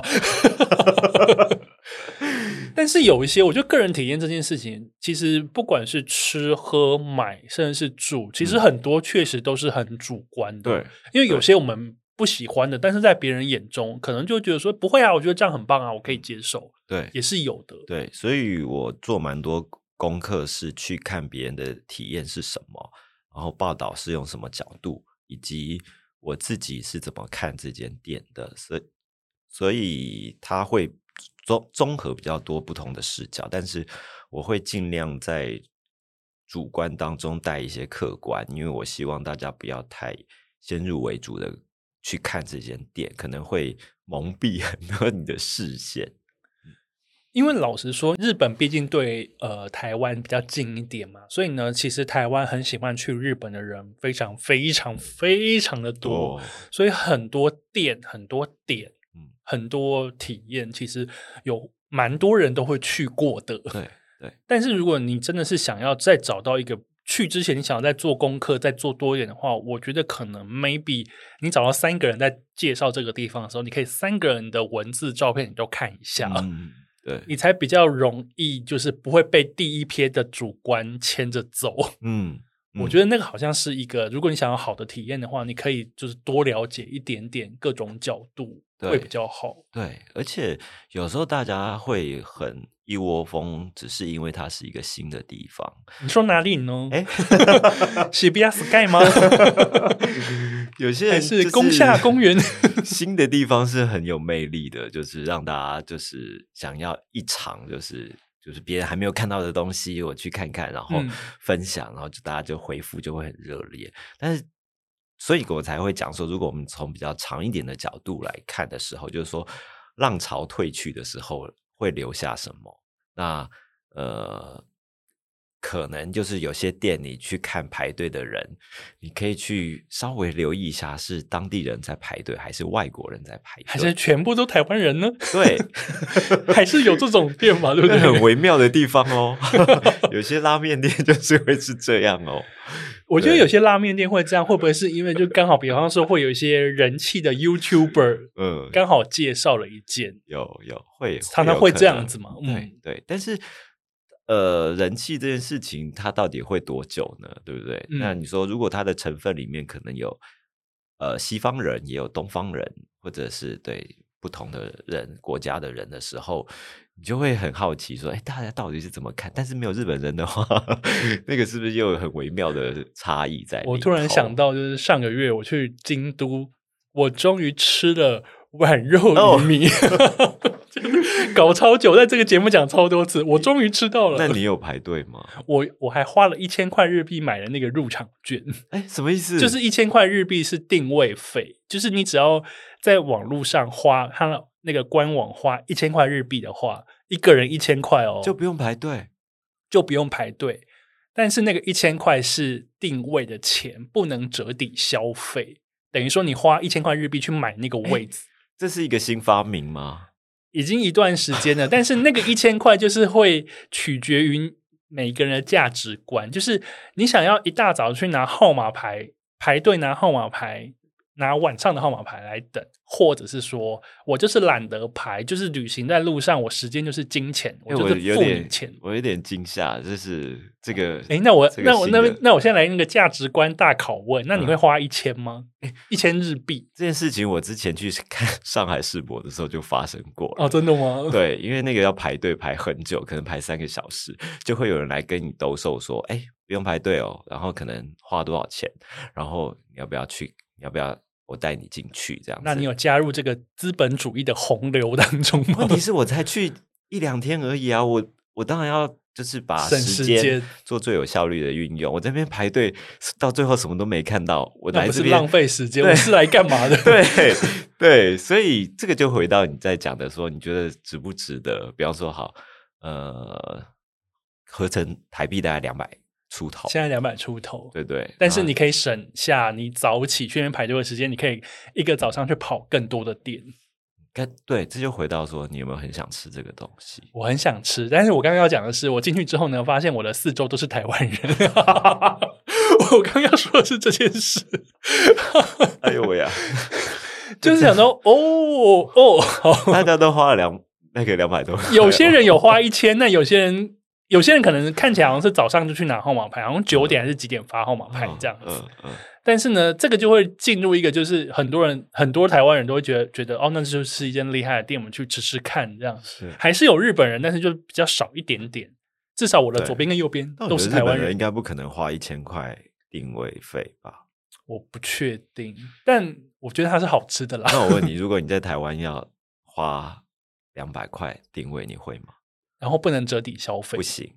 但是有一些我觉得个人体验这件事情，其实不管是吃喝买甚至是住，其实很多确实都是很主观的。 对， 因为有些我们不喜欢的，但是在别人眼中可能就觉得说不会啊，我觉得这样很棒啊，我可以接受。 对， 也是有的。 对，所以我做蛮多功课是去看别人的体验是什么，然后报道是用什么角度，以及我自己是怎么看这间店的，所以它会综合比较多不同的视角，但是我会尽量在主观当中带一些客观，因为我希望大家不要太先入为主的去看这间店，可能会蒙蔽很多你的视线。 因为老实说日本毕竟对台湾比较近一点嘛，所以呢其实台湾很喜欢去日本的人非常非常非常的多，所以很多店很多点很多体验其实有蛮多人都会去过的。 对， 但是如果你真的是想要再找到一个去之前你想要再做功课再做多一点的话，我觉得可能 maybe 你找到3个人在介绍这个地方的时候，你可以3个人的文字照片你都看一下， 对， 你才比较容易就是不会被第一篇的主观牵着走。我觉得那个好像是一个，如果你想要好的体验的话，你可以就是多了解一点点各种角度会比较好。 对，而且有时候大家会很一窝蜂，只是因为它是一个新的地方。 你说哪里呢？西比亚 Sky 吗？ 有些人还是宫下公园新的地方是很有魅力的，就是让大家就是想要一场就是别人还没有看到的东西我去看看，然后分享，然后大家就回复就会很热烈。但是所以我才会讲说，如果我们从比较长一点的角度来看的时候，就是说浪潮退去的时候会留下什么，那可能就是有些店你去看排队的人，你可以去稍微留意一下是当地人在排队还是外国人在排队， 还是全部都台湾人呢？ 对， 还是有这种店嘛，对不对？ 很微妙的地方哦。有些拉面店就是会是这样哦。 我觉得有些拉面店会这样，会不会是因为就刚好比方说会有一些人气的 YouTuber 刚好介绍了一件， 有会常常会这样子嘛。 对，但是人气这件事情它到底会多久呢？对不对？那你说如果它的成分里面可能有西方人也有东方人，或者是对不同的国家的人的时候，你就会很好奇说大家到底是怎么看？但是没有日本人的话那个是不是又有很微妙的差异在里头？ 我突然想到就是上个月我去京都，我终于吃了碗肉鱼米搞超久，在这个节目讲超多次，我终于吃到了。 那你有排队吗？ 我还花了1000块日币买了那个入场券。 什么意思？ 就是1000块日币是定位费，就是你只要在网络上花他那个官网花1000块日币的话，一个人1000块哦， 就不用排队， 但是那个1000块是定位的钱，不能折抵消费，等于说你花1000块日币去买那个位置。 这是一个新发明吗？ 已经一段时间了，但是那个1000块就是会取决于每个人的价值观，就是你想要一大早去拿号码牌排队拿号码牌，拿晚上的号码牌来等，或者是说我就是懒得排，就是旅行在路上，我时间就是金钱，我就是付你钱。 我有点惊吓，就是这个。 那我现在来那个价值观大拷问，那你会花1000吗？1000日币这件事情，我之前去看上海世博的时候就发生过了。 哦，真的吗？ 对，因为那个要排队排很久，可能排3个小时，就会有人来跟你兜售说，不用排队哦，然后可能花多少钱，然后你要不要去？你要不要我带你进去？这样子。 那你有加入这个资本主义的洪流当中吗？ 问题是我才去1-2天而已啊，我当然要就是把时间做最有效率的运用。我这边排队到最后什么都没看到，我来这边不是浪费时间，我是来干嘛的？ 对，所以这个就回到你在讲的说，你觉得值不值得？比方说好，合成台币大概200出头， 现在200出头， 对， 但是你可以省下你早起去那边排队的时间，你可以一个早上去跑更多的店。 对，这就回到说你有没有很想吃这个东西？ 我很想吃，但是我刚刚要讲的是，我进去之后呢，发现我的4周都是台湾人。我刚刚要说的是这件事。 哎呦喂呀！ 就是想说， 大家都花了200多， 有些人有花1000，那有些人可能看起来好像是早上就去拿号码牌，好像9点还是几点发号码牌这样子。但是呢，这个就会进入一个，就是很多台湾人都会觉得那就是一间厉害的店，我们去吃吃看这样。还是有日本人，但是就比较少一点点。至少我的左边跟右边都是台湾人， 应该不可能花1000块定位费吧？ 我不确定，但我觉得它是好吃的啦。 那我问你，如果你在台湾要花200块定位，你会吗？ 然后不能折抵消费， 不行。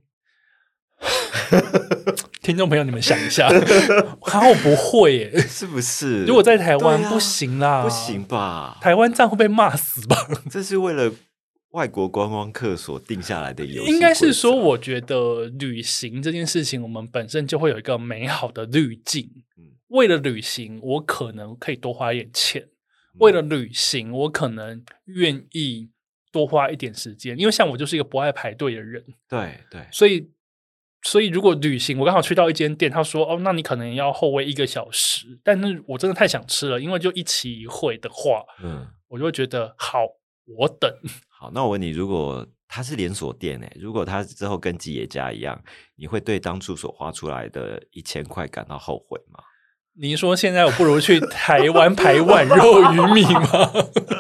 听众朋友，你们想一下，我不会耶， 是不是？ 如果在台湾不行啦， 不行吧？ 台湾这样会被骂死吧？ 这是为了外国观光客所定下来的游戏。 应该是说，我觉得旅行这件事情，我们本身就会有一个美好的滤镜。为了旅行，我可能可以多花一点钱；为了旅行，我可能愿意多花一点时间。因为像我就是一个不爱排队的人， 对， 所以如果旅行，我刚好去到一间店，他说那你可能要候位1个小时，但是我真的太想吃了，因为就一期一会的话，我就会觉得好，我等。 好，那我问你，如果它是连锁店如果它之后跟吉野家一样，你会对当初所花出来的1000块感到后悔吗？ 你说现在我不如去台湾排碗肉鱼米吗？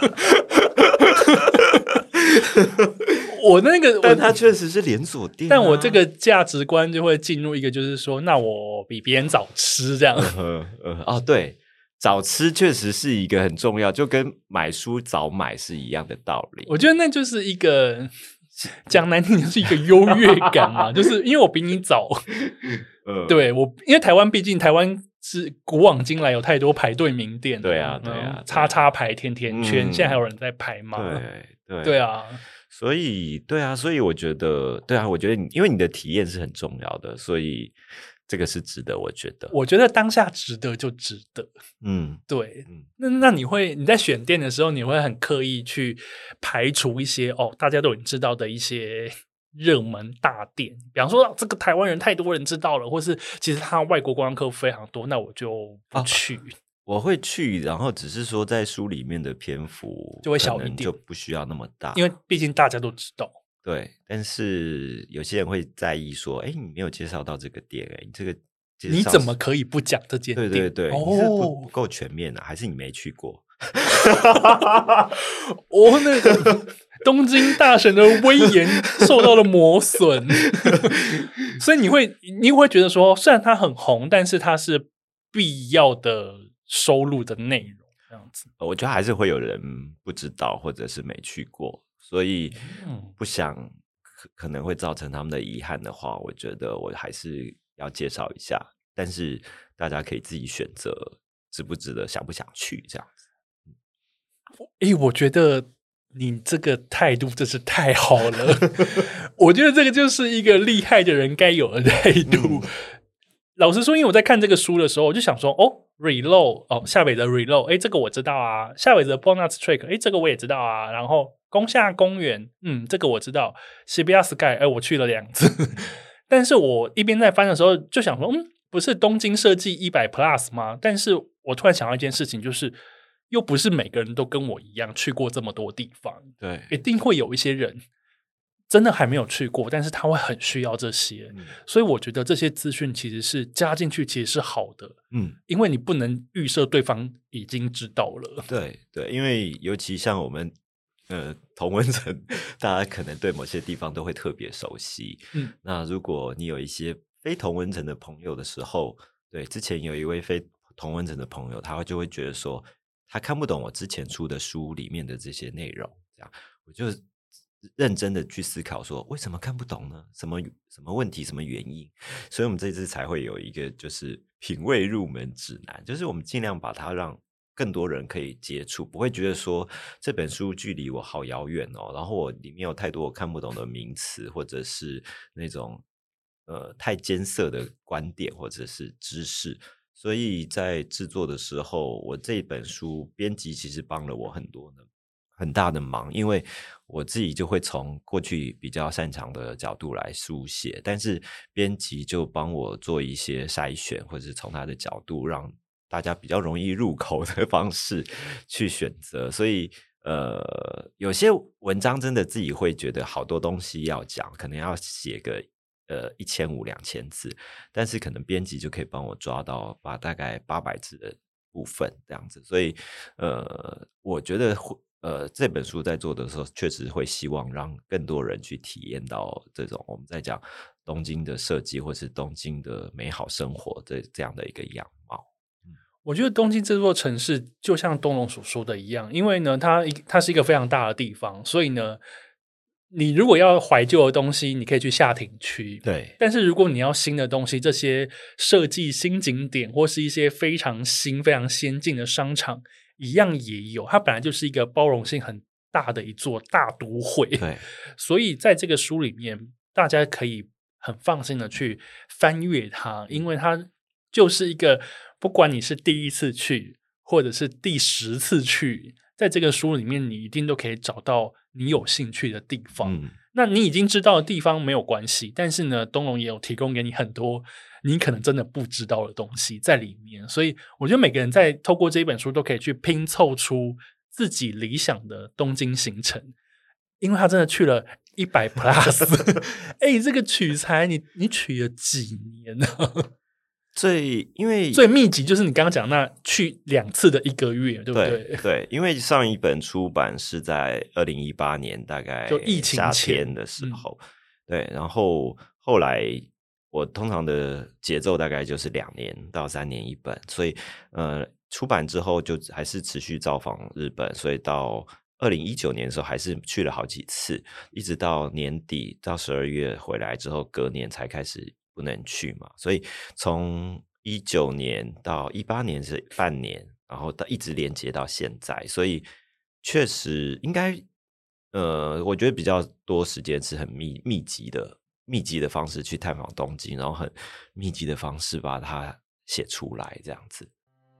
但它确实是连锁店， 但我这个价值观就会进入一个，就是说，那我比别人早吃这样。 对，早吃确实是一个很重要，就跟买书早买是一样的道理。 我觉得那就是一个讲难听，就是一个优越感嘛，就是因为我比你早。对，因为台湾毕竟是古往今来有太多排队名店， 对啊， 叉叉排甜甜圈，现在还有人在排吗？ 对啊。 所以对啊，所以我觉得对啊，我觉得因为你的体验是很重要的，所以这个是值得，我觉得。 我觉得当下值得就值得。对，那你在选店的时候，你会很刻意去排除一些大家都已经知道的一些热门大店，比方说这个台湾人太多人知道了，或是其实他外国观光客非常多，那我就不去。 我会去，然后只是说在书里面的篇幅就会小一点， 就不需要那么大， 因为毕竟大家都知道。 对，但是有些人会在意说，你没有介绍到这个店，你这个你怎么可以不讲这间店？ 对，你是不够全面啊，还是你没去过？ 那个东京大神的威严受到了磨损，所以你会觉得说，虽然它很红，但是它是必要的收录的内容，这样子。 我觉得还是会有人不知道或者是没去过，所以不想可能会造成他们的遗憾的话，我觉得我还是要介绍一下，但是大家可以自己选择值不值得，想不想去这样子。 我觉得你这个态度真是太好了。我觉得这个就是一个厉害的人该有的态度。老实说，因为我在看这个书的时候，我就想说Reload 夏北泽 Reload 这个我知道啊，夏北泽 Bonus Track 这个我也知道啊，然后宫下公园这个我知道，西比亚 Sky 我去了2次。但是我一边在翻的时候就想说不是东京设计100 Plus 吗？但是我突然想到一件事情，就是又不是每个人都跟我一样去过这么多地方， 对， 一定会有一些人真的还没有去过，但是他会很需要这些，所以我觉得这些资讯其实是加进去其实是好的，因为你不能预设对方已经知道了。 对，因为尤其像我们同温层，大家可能对某些地方都会特别熟悉，那如果你有一些非同温层的朋友的时候，对，之前有一位非同温层的朋友，他就会觉得说他看不懂我之前出的书里面的这些内容，这样我就认真的去思考说为什么看不懂呢？什么问题，什么原因？所以我们这次才会有一个就是品味入门指南，就是我们尽量把它让更多人可以接触，不会觉得说这本书距离我好遥远哦，然后我里面有太多我看不懂的名词，或者是那种太艰涩的观点或者是知识。所以在制作的时候，我这本书编辑其实帮了我很大的忙，因为我自己就会从过去比较擅长的角度来书写，但是编辑就帮我做一些筛选，或者是从他的角度让大家比较容易入口的方式去选择。所以有些文章真的自己会觉得好多东西要讲，可能要写个1500、2000字，但是可能编辑就可以帮我抓到大概800字的部分这样子。所以我觉得这本书在做的时候确实会希望让更多人去体验到这种我们在讲东京的设计或是东京的美好生活这样的一个样貌。 我觉得东京这座城市就像东龙所说的一样，因为呢它是一个非常大的地方，所以呢你如果要怀旧的东西，你可以去下町区。 对， 但是如果你要新的东西，这些设计新景点或是一些非常新、非常先进的商场，一样也有。它本来就是一个包容性很大的一座大都会。 对， 所以在这个书里面，大家可以很放心的去翻阅它，因为它就是一个，不管你是第一次去，或者是第10次去，在这个书里面，你一定都可以找到你有兴趣的地方。那你已经知道的地方没有关系，但是呢，东龙也有提供给你很多你可能真的不知道的东西在里面。所以我觉得每个人在透过这一本书都可以去拼凑出自己理想的东京行程，因为他真的去了100 plus 这个取材你取了几年呢？ 因为最密集就是你刚刚讲那去2次的1个月，对不对？ 对，因为上一本出版是在2018年，大概就疫情夏天的时候，对，然后后来我通常的节奏大概就是2年到3年一本，所以出版之后就还是持续造访日本，所以到2019年的时候还是去了好几次，一直到年底到12月回来之后，隔年才开始不能去嘛，所以从19年到18年是半年，然后一直连接到现在，所以确实应该我觉得比较多时间是很密集的方式去探访东京，然后很密集的方式把它写出来这样子。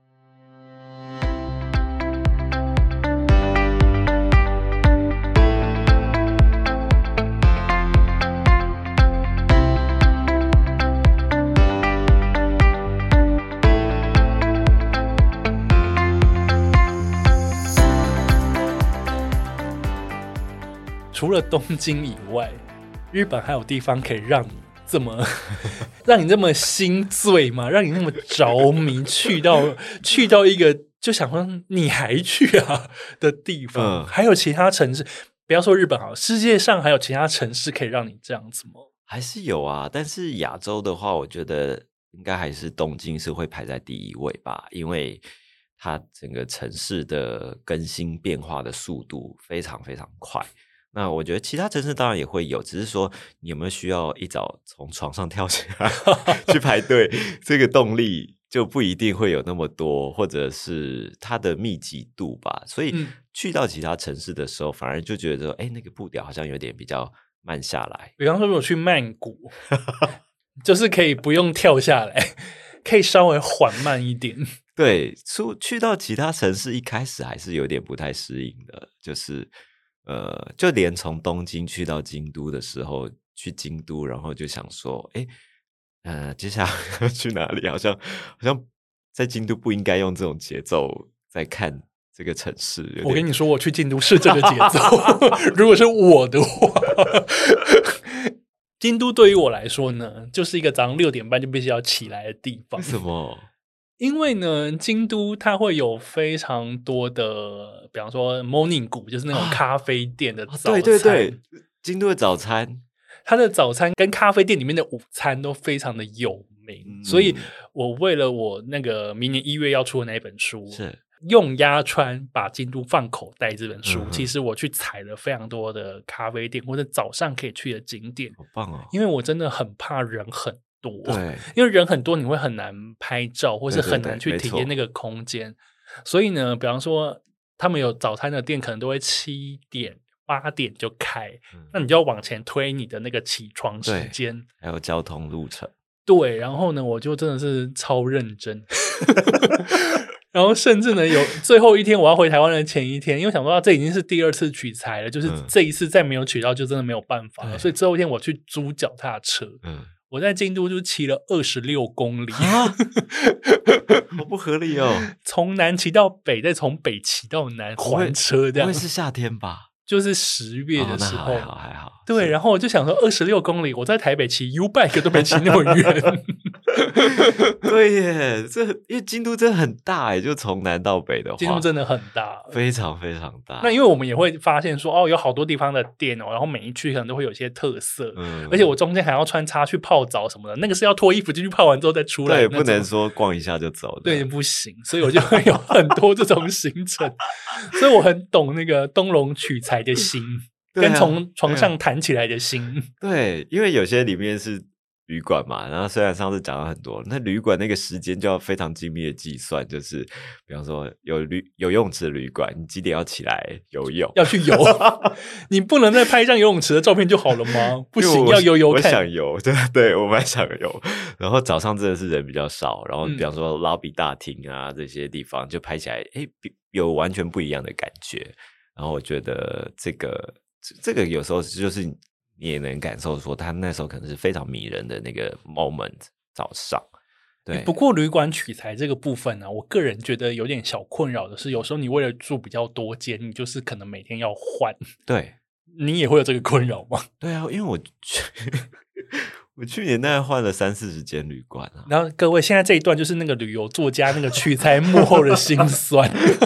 除了东京以外，日本还有地方可以让你这么心醉吗？让你那么着迷，去到一个就想说你还去啊的地方？还有其他城市，不要说日本好，世界上还有其他城市可以让你这样子吗？ 还是有啊，但是亚洲的话，我觉得应该还是东京是会排在第一位吧，因为它整个城市的更新变化的速度非常非常快。那我觉得其他城市当然也会有，只是说你有没有需要一早从床上跳起来去排队，这个动力就不一定会有那么多，或者是它的密集度吧。所以去到其他城市的时候，反而就觉得那个步调好像有点比较慢下来。 比方说如果去曼谷就是可以不用跳下来，可以稍微缓慢一点。 对，去到其他城市一开始还是有点不太适应的，就是就连从东京去到京都的时候，去京都然后就想说接下来要去哪里，好像在京都不应该用这种节奏在看这个城市。 我跟你说，我去京都是这个节奏如果是我的话京都对于我来说呢，就是一个早上6点半就必须要起来的地方。 为什么？ 因为呢，京都它会有非常多的，比方说 morning 谷，就是那种咖啡店的早餐。 对对对，京都的早餐， 它的早餐跟咖啡店里面的午餐都非常的有名，所以我为了我那个明年1月要出的那一本书， 是用鸭川把京都放口袋这本书，其实我去踩了非常多的咖啡店或者早上可以去的景点。 好棒哦！ 因为我真的很怕人很多， 对， 因为人很多你会很难拍照，或是很难去体验那个空间。所以呢，比方说他们有早餐的店可能都会7点8点就开，那你就要往前推你的那个起床时间， 还有交通路程。 对，然后呢我就真的是超认真然后甚至呢有最后一天我要回台湾的前一天，因为想说这已经是第2次取材了，就是这一次再没有取到就真的没有办法了，所以最后一天我去租脚踏车，我在京都就骑了26公里好不合理哦， 从南骑到北，再从北骑到南还车，这样不会是夏天吧？ 就是10月的时候， 那还好。 对，然后我就想说26公里，我在台北骑 U-Bike 都没骑那么远对耶，因为京都真的很大耶，就从南到北的话， 京都真的很大， 非常非常大。 那因为我们也会发现说有好多地方的店然后每一区可能都会有一些特色，而且我中间还要穿插去泡澡什么的，那个是要脱衣服进去泡完之后再出来， 对，不能说逛一下就走的， 对，不行，所以我就会有很多这种行程所以我很懂那个东龙取材的心跟从床上弹起来的心。 对，因为有些里面是旅馆嘛，然后虽然上次讲了很多，那旅馆那个时间就要非常精密的计算，就是比方说有游泳池的旅馆，你几点要起来游泳？ 要去游你不能再拍一张游泳池的照片就好了吗？不行，要游看。 我想游，对，我蛮想游。然后早上真的是人比较少，然后比方说拉比大厅啊这些地方就拍起来有完全不一样的感觉。然后我觉得这个有时候就是你也能感受说他那时候可能是非常迷人的那个 moment 早上。对， 不过旅馆取材这个部分呢，我个人觉得有点小困扰的是，有时候你为了住比较多间，你就是可能每天要换。 对， 你也会有这个困扰吗？ 对啊，因为我去年大概换了30-40间旅馆啊。 然后各位，现在这一段就是那个旅游作家那个取材幕后的辛酸。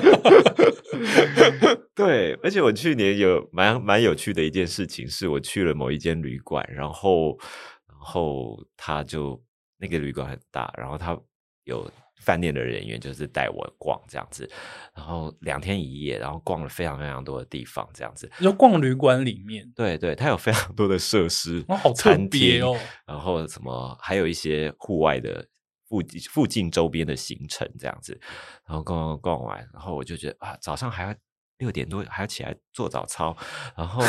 对，而且我去年有蛮有趣的一件事情，是我去了某一间旅馆，然后他就那个旅馆很大，然后他有饭店的人员就是带我逛这样子，然后2天1夜，然后逛了非常非常多的地方这样子。 你说逛旅馆里面？ 对对，它有非常多的设施， 好特别哦。 然后还有一些户外的附近周边的行程这样子，然后逛完，然后我就觉得早上还要 6点多还要起来做早操，然后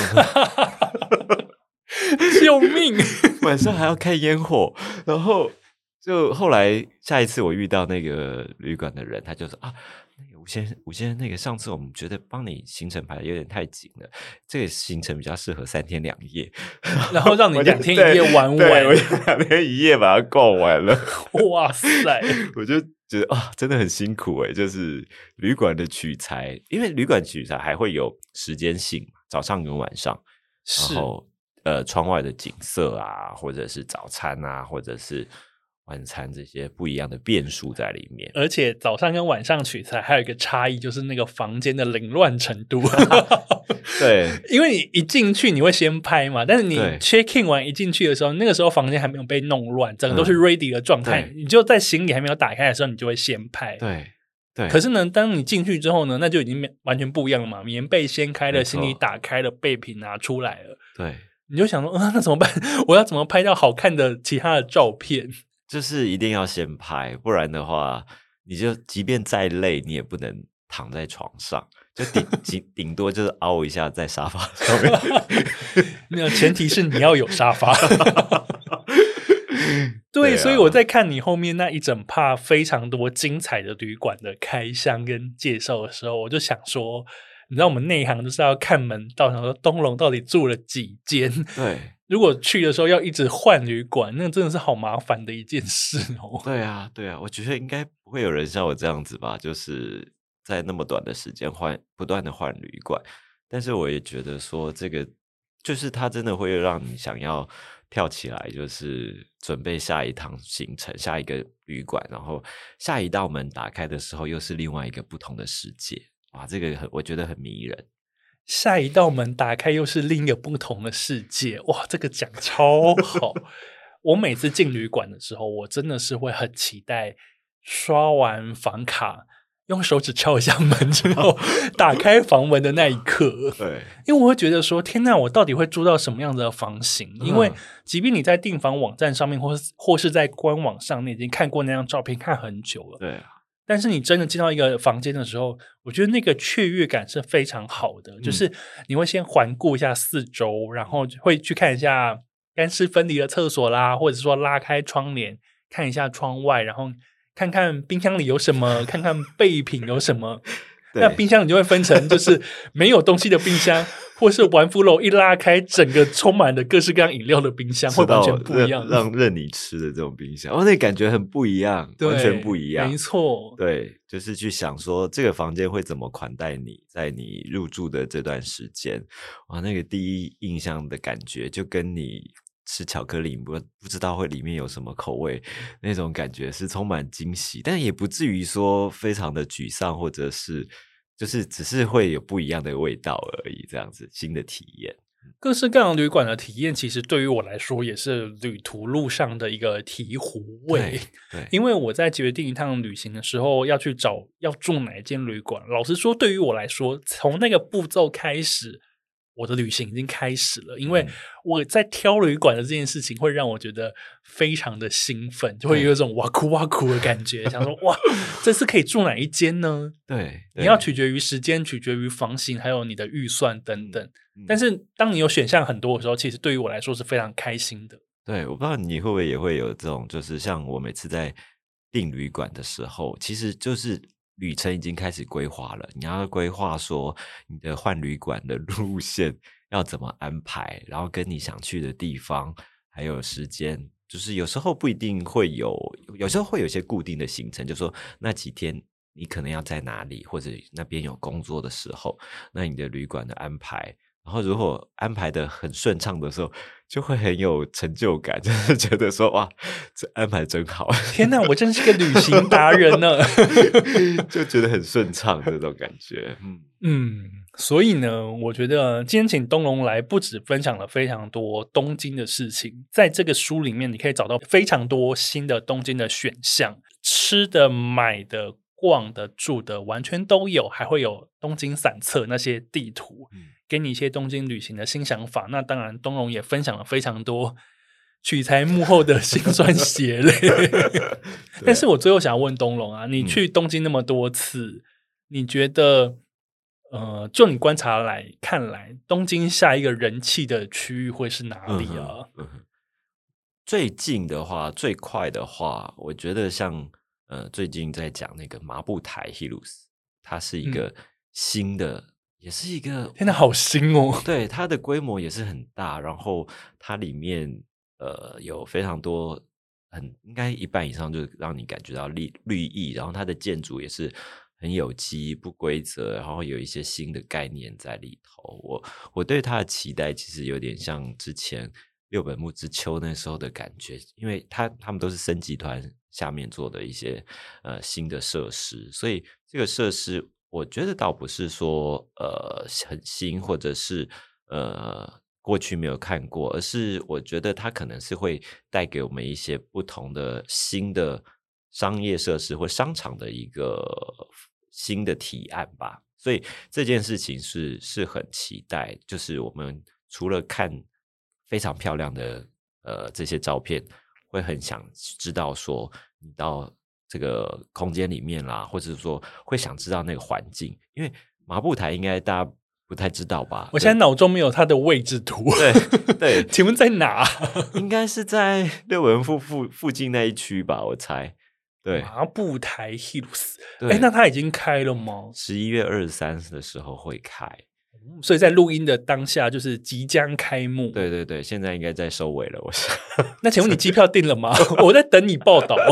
救命！ 晚上还要看烟火，然后就后来下一次我遇到那个旅馆的人，他就说啊，那个吴先生，那个上次我们觉得帮你行程排的有点太紧了，这个行程比较适合3天2夜， 然后让你2天1夜玩完， 对，我2天1夜把它逛完了。 哇塞！ 我就觉得啊，真的很辛苦欸，就是旅馆的取材，因为旅馆取材还会有时间性嘛，早上跟晚上，然后窗外的景色啊，或者是早餐啊，或者是晚餐这些不一样的变数在里面。 而且早上跟晚上取材还有一个差异，就是那个房间的凌乱程度。 对， 因为你一进去你会先拍嘛，但是你对 check in 完一进去的时候，那个时候房间还没有被弄乱，整个都是 ready 的状态，你就在行李还没有打开的时候，你就会先拍。 对对。 可是呢，当你进去之后呢，那就已经完全不一样了嘛，棉被掀开了，行李打开了，备品拿出来了。 对， 你就想说，那怎么办？我要怎么拍到好看的其他的照片？ 就是一定要先拍，不然的话，你就即便再累，你也不能躺在床上，就顶多就是凹一下在沙发上面。 那前提是你要有沙发。对，所以我在看你后面那一整趴非常多精彩的旅馆的开箱跟介绍的时候，我就想说，你知道我们内行就是要看门道，想说东龙到底住了几间？ 对， 如果去的时候要一直换旅馆，那真的是好麻烦的一件事哦。 对啊，对啊，我觉得应该不会有人像我这样子吧，就是在那么短的时间不断的换旅馆。但是我也觉得说，这个就是它真的会让你想要跳起来，就是准备下一趟行程，下一个旅馆，然后下一道门打开的时候，又是另外一个不同的世界。哇，这个我觉得很迷人。 下一道门打开又是另一个不同的世界，哇，这个讲超好。我每次进旅馆的时候，我真的是会很期待刷完房卡用手指敲一下门之后打开房门的那一刻。 对， 因为我会觉得说，天哪，我到底会住到什么样的房型？因为即便你在订房网站上面或是在官网上，你已经看过那张照片看很久了， 对啊， 但是你真的进到一个房间的时候，我觉得那个雀跃感是非常好的，就是你会先环顾一下四周，然后会去看一下干湿分离的厕所啦，或者说拉开窗帘看一下窗外，然后看看冰箱里有什么，看看备品有什么。那冰箱你就会分成就是没有东西的冰箱，或是玩福楼一拉开整个充满了各式各样饮料的冰箱，会完全不一样， 任你吃的这种冰箱，那感觉很不一样，完全不一样。 没错， 对，就是去想说这个房间会怎么款待你，在你入住的这段时间，哇，那个第一印象的感觉就跟你吃巧克力不知道会里面有什么口味，那种感觉是充满惊喜，但也不至于说非常的沮丧，或者是就是只是会有不一样的味道而已，这样子新的体验。 各式各样旅馆的体验其实对于我来说也是旅途路上的一个醍醐味。 对， 因为我在决定一趟旅行的时候要去找要住哪一间旅馆，老实说对于我来说从那个步骤开始我的旅行已经开始了，因为我在挑旅馆的这件事情会让我觉得非常的兴奋，就会有一种哇哭哇哭的感觉，想说哇这次可以住哪一间呢？ 对， 你要取决于时间，取决于房型，还有你的预算等等。但是当你有选项很多的时候，其实对于我来说是非常开心的。 对，我不知道你会不会也会有这种，就是像我每次在订旅馆的时候，其实就是旅程已经开始规划了，你要规划说你的换旅馆的路线要怎么安排，然后跟你想去的地方还有时间，就是有时候不一定会有时候会有一些固定的行程，就说那几天你可能要在哪里，或者那边有工作的时候，那你的旅馆的安排，然后如果安排的很顺畅的时候，就会很有成就感，就是觉得说哇，这安排真好！ 天哪，我真是个旅行达人呢， 就觉得很顺畅这种感觉。 所以呢，我觉得今天请东龙来，不只分享了非常多东京的事情，在这个书里面你可以找到非常多新的东京的选项，吃的、买的、逛的、住的完全都有，还会有东京散册那些地图，给你一些东京旅行的新想法。那当然东龙也分享了非常多取材幕后的辛酸血泪但是我最后想要问东龙啊，你去东京那么多次，你觉得就你观察看来，东京下一个人气的区域会是哪里啊？ 最近的话，最快的话，我觉得像最近在讲那个麻布台 Hilus， 它是一个新的，也是一个天哪，好新哦！ 对，它的规模也是很大，然后它里面有非常多应该一半以上就让你感觉到绿意，然后它的建筑也是很有机不规则，然后有一些新的概念在里头。我对它的期待其实有点像之前六本木之丘那时候的感觉，因为他们都是森集团下面做的一些新的设施，所以这个设施我觉得倒不是说很新，或者是过去没有看过，而是我觉得它可能是会带给我们一些不同的新的商业设施或商场的一个新的提案吧。所以这件事情是很期待，就是我们除了看非常漂亮的这些照片，会很想知道说你到这个空间里面啦，或者是说会想知道那个环境，因为麻布台应该大家不太知道吧？ 我现在脑中没有它的位置图。 对， 请问在哪？ 应该是在六本木附近那一区吧，我猜。对， 麻布台 Hilus， 那它已经开了吗 ？11月23的时候会开， 所以在录音的当下就是即将开幕。 对，现在应该在收尾了，我想。 那请问你机票订了吗？我在等你报道。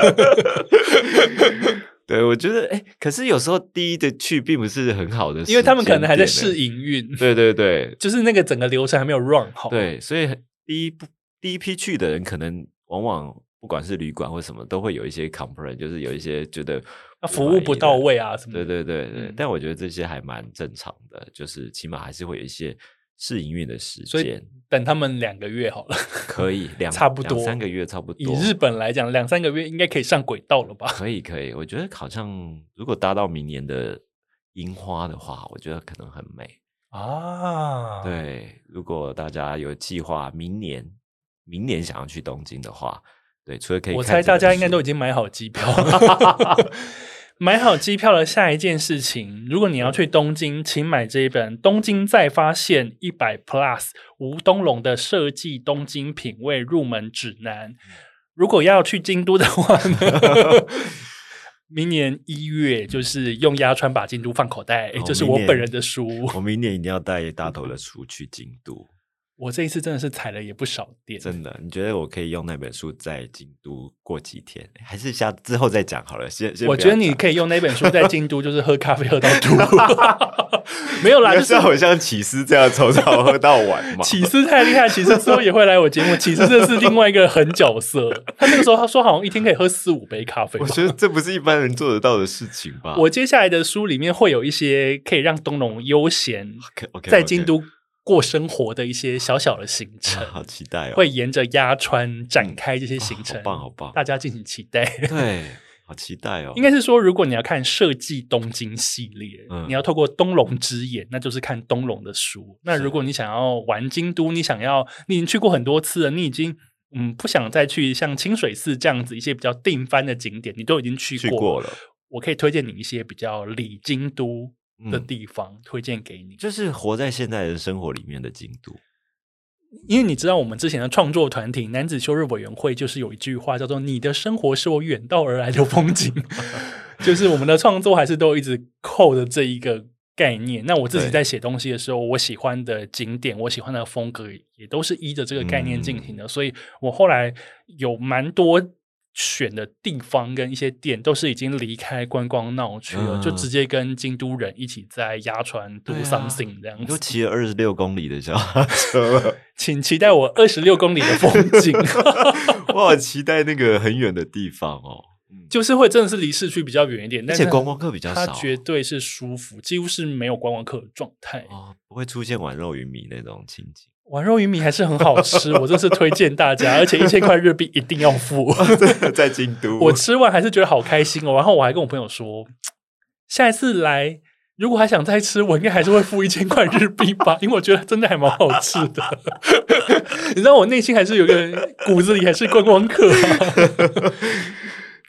对，我觉得可是有时候第一的去并不是很好的， 因为他们可能还在试营运。 对， 就是那个整个流程还没有 run 好。 对，所以第一批去的人可能往往不管是旅馆或什么都会有一些 complaint， 就是有一些觉得服务不到位啊什么的。 对，但我觉得这些还蛮正常的，就是起码还是会有一些试营运的时间， 所以等他们2个月好了。 可以差不多 2-3个月差不多。 以日本来讲，2-3个月应该可以上轨道了吧？ 可以，我觉得好像如果搭到明年的樱花的话，我觉得可能很美啊。对，如果大家有计划明年想要去东京的话，对，除了可以看， 我猜大家应该都已经买好机票。买好机票的下一件事情，如果你要去东京，请买这一本《东京再发现100 Plus》吴东龙的设计东京品味入门指南。如果要去京都的话呢，明年1月就是用鸭川把京都放口袋，就是我本人的书。 我明年一定要带大头的书去京都。 我这一次真的是踩了也不少店， 真的。你觉得我可以用那本书在京都过几天，还是之后再讲好了？先我觉得你可以用那本书在京都，就是喝咖啡喝到吐。没有啦，就是我像起司这样从早喝到晚嘛。 起司太厉害，起司之后也会来我节目。起司这是另外一个狠角色，他那个时候他说好像一天可以喝4-5杯咖啡。 我觉得这不是一般人做得到的事情吧。 我接下来的书里面会有一些可以让东龙悠闲在京都过生活的一些小小的行程， 好期待哦！ 会沿着鸭川展开这些行程， 好棒！ 大家敬请期待。 对，好期待哦！ 应该是说，如果你要看设计东京系列，你要透过东龙之眼，那就是看东龙的书。那如果你想要玩京都，你已经去过很多次了，你已经不想再去像清水寺这样子一些比较定番的景点，你都已经去过了。我可以推荐你一些比较里京都的地方，推荐给你， 就是活在现代人生活里面的京都。 因为你知道我们之前的创作团体男子休日委员会就是有一句话叫做你的生活是我远道而来的风景。就是我们的创作还是都一直扣着这一个概念。那我自己在写东西的时候，我喜欢的景点，我喜欢的风格也都是依着这个概念进行的，所以我后来有蛮多选的地方跟一些店都是已经离开观光闹区了，就直接跟京都人一起在鸭川 do something 这样子。 你都骑了26公里的脚踏车， 请期待我26公里的风景。 我好期待那个很远的地方哦， 就是会真的是离市区比较远一点， 而且观光客比较少， 它绝对是舒服，几乎是没有观光客的状态不会出现碗肉鱼米那种情景。 碗肉鱼米还是很好吃，我这是推荐大家，而且1000块日币一定要付。 在京都， 我吃完还是觉得好开心哦。然后我还跟我朋友说，下一次来如果还想再吃，我应该还是会付1000块日币吧，因为我觉得真的还蛮好吃的。你知道我内心还是有个骨子里还是观光客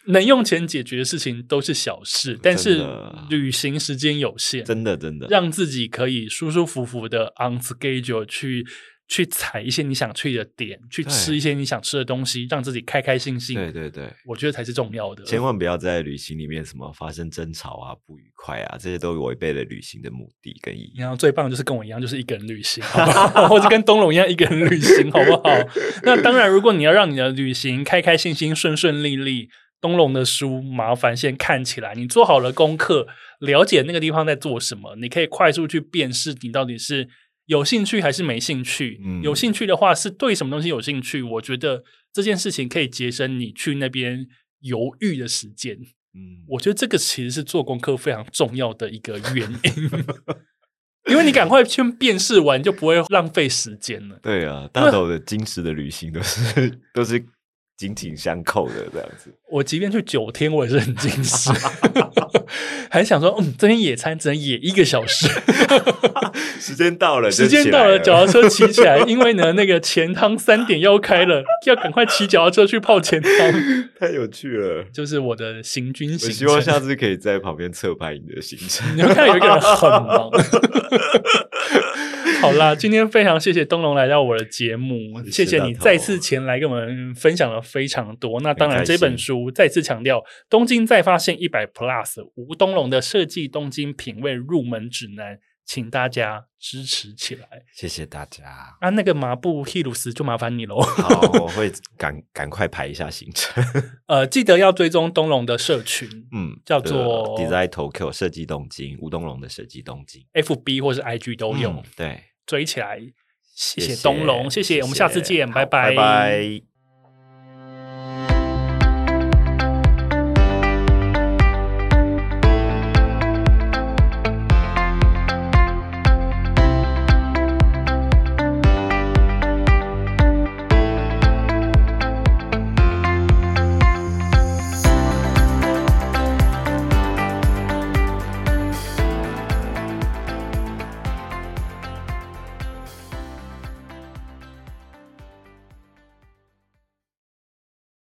能用钱解决的事情都是小事，但是旅行时间有限， 真的让自己可以舒舒服服的 on schedule 去踩一些你想去的点，去吃一些你想吃的东西，让自己开开心心。 对， 我觉得才是重要的。 千万不要在旅行里面什么发生争吵啊、不愉快啊，这些都违背了旅行的目的跟意义。 然后最棒的就是跟我一样，就是一个人旅行，好不好？或者跟东龙一样一个人旅行，好不好？那当然，如果你要让你的旅行开开心心、顺顺利利，东龙的书麻烦先看起来，你做好了功课，了解那个地方在做什么，你可以快速去辨识你到底是有兴趣还是没兴趣。有兴趣的话是对什么东西有兴趣，我觉得这件事情可以节省你去那边犹豫的时间。我觉得这个其实是做功课非常重要的一个原因。因为你赶快去辨识完，就不会浪费时间了。 对啊，大头的精实的旅行都是紧紧相扣的这样子。 我即便去9天，我也是很精实，还想说，这边野餐只能野1个小时。 时间到了， 脚踏车骑起来，因为呢，那个钱汤3点要开了，要赶快骑脚踏车去泡钱汤。 太有趣了， 就是我的行军行程。 我希望下次可以在旁边侧拍你的行程。 你会看有一个人很忙。好啦，今天非常谢谢东龙来到我的节目，谢谢你再次前来跟我们分享了非常多。那当然这本书再次强调，东京再发现100+ 吴东龙的设计东京品味入门指南，请大家支持起来， 谢谢大家。 那个麻布希鲁斯就麻烦你咯。 好，我会赶快排一下行程。 记得要追踪东龙的社群，叫做 Design Tokyo 设计东京，吴东龙的设计东京 FB 或是 IG 都有， 对， 追起来。谢谢东龙，谢谢，我们下次见，拜拜拜。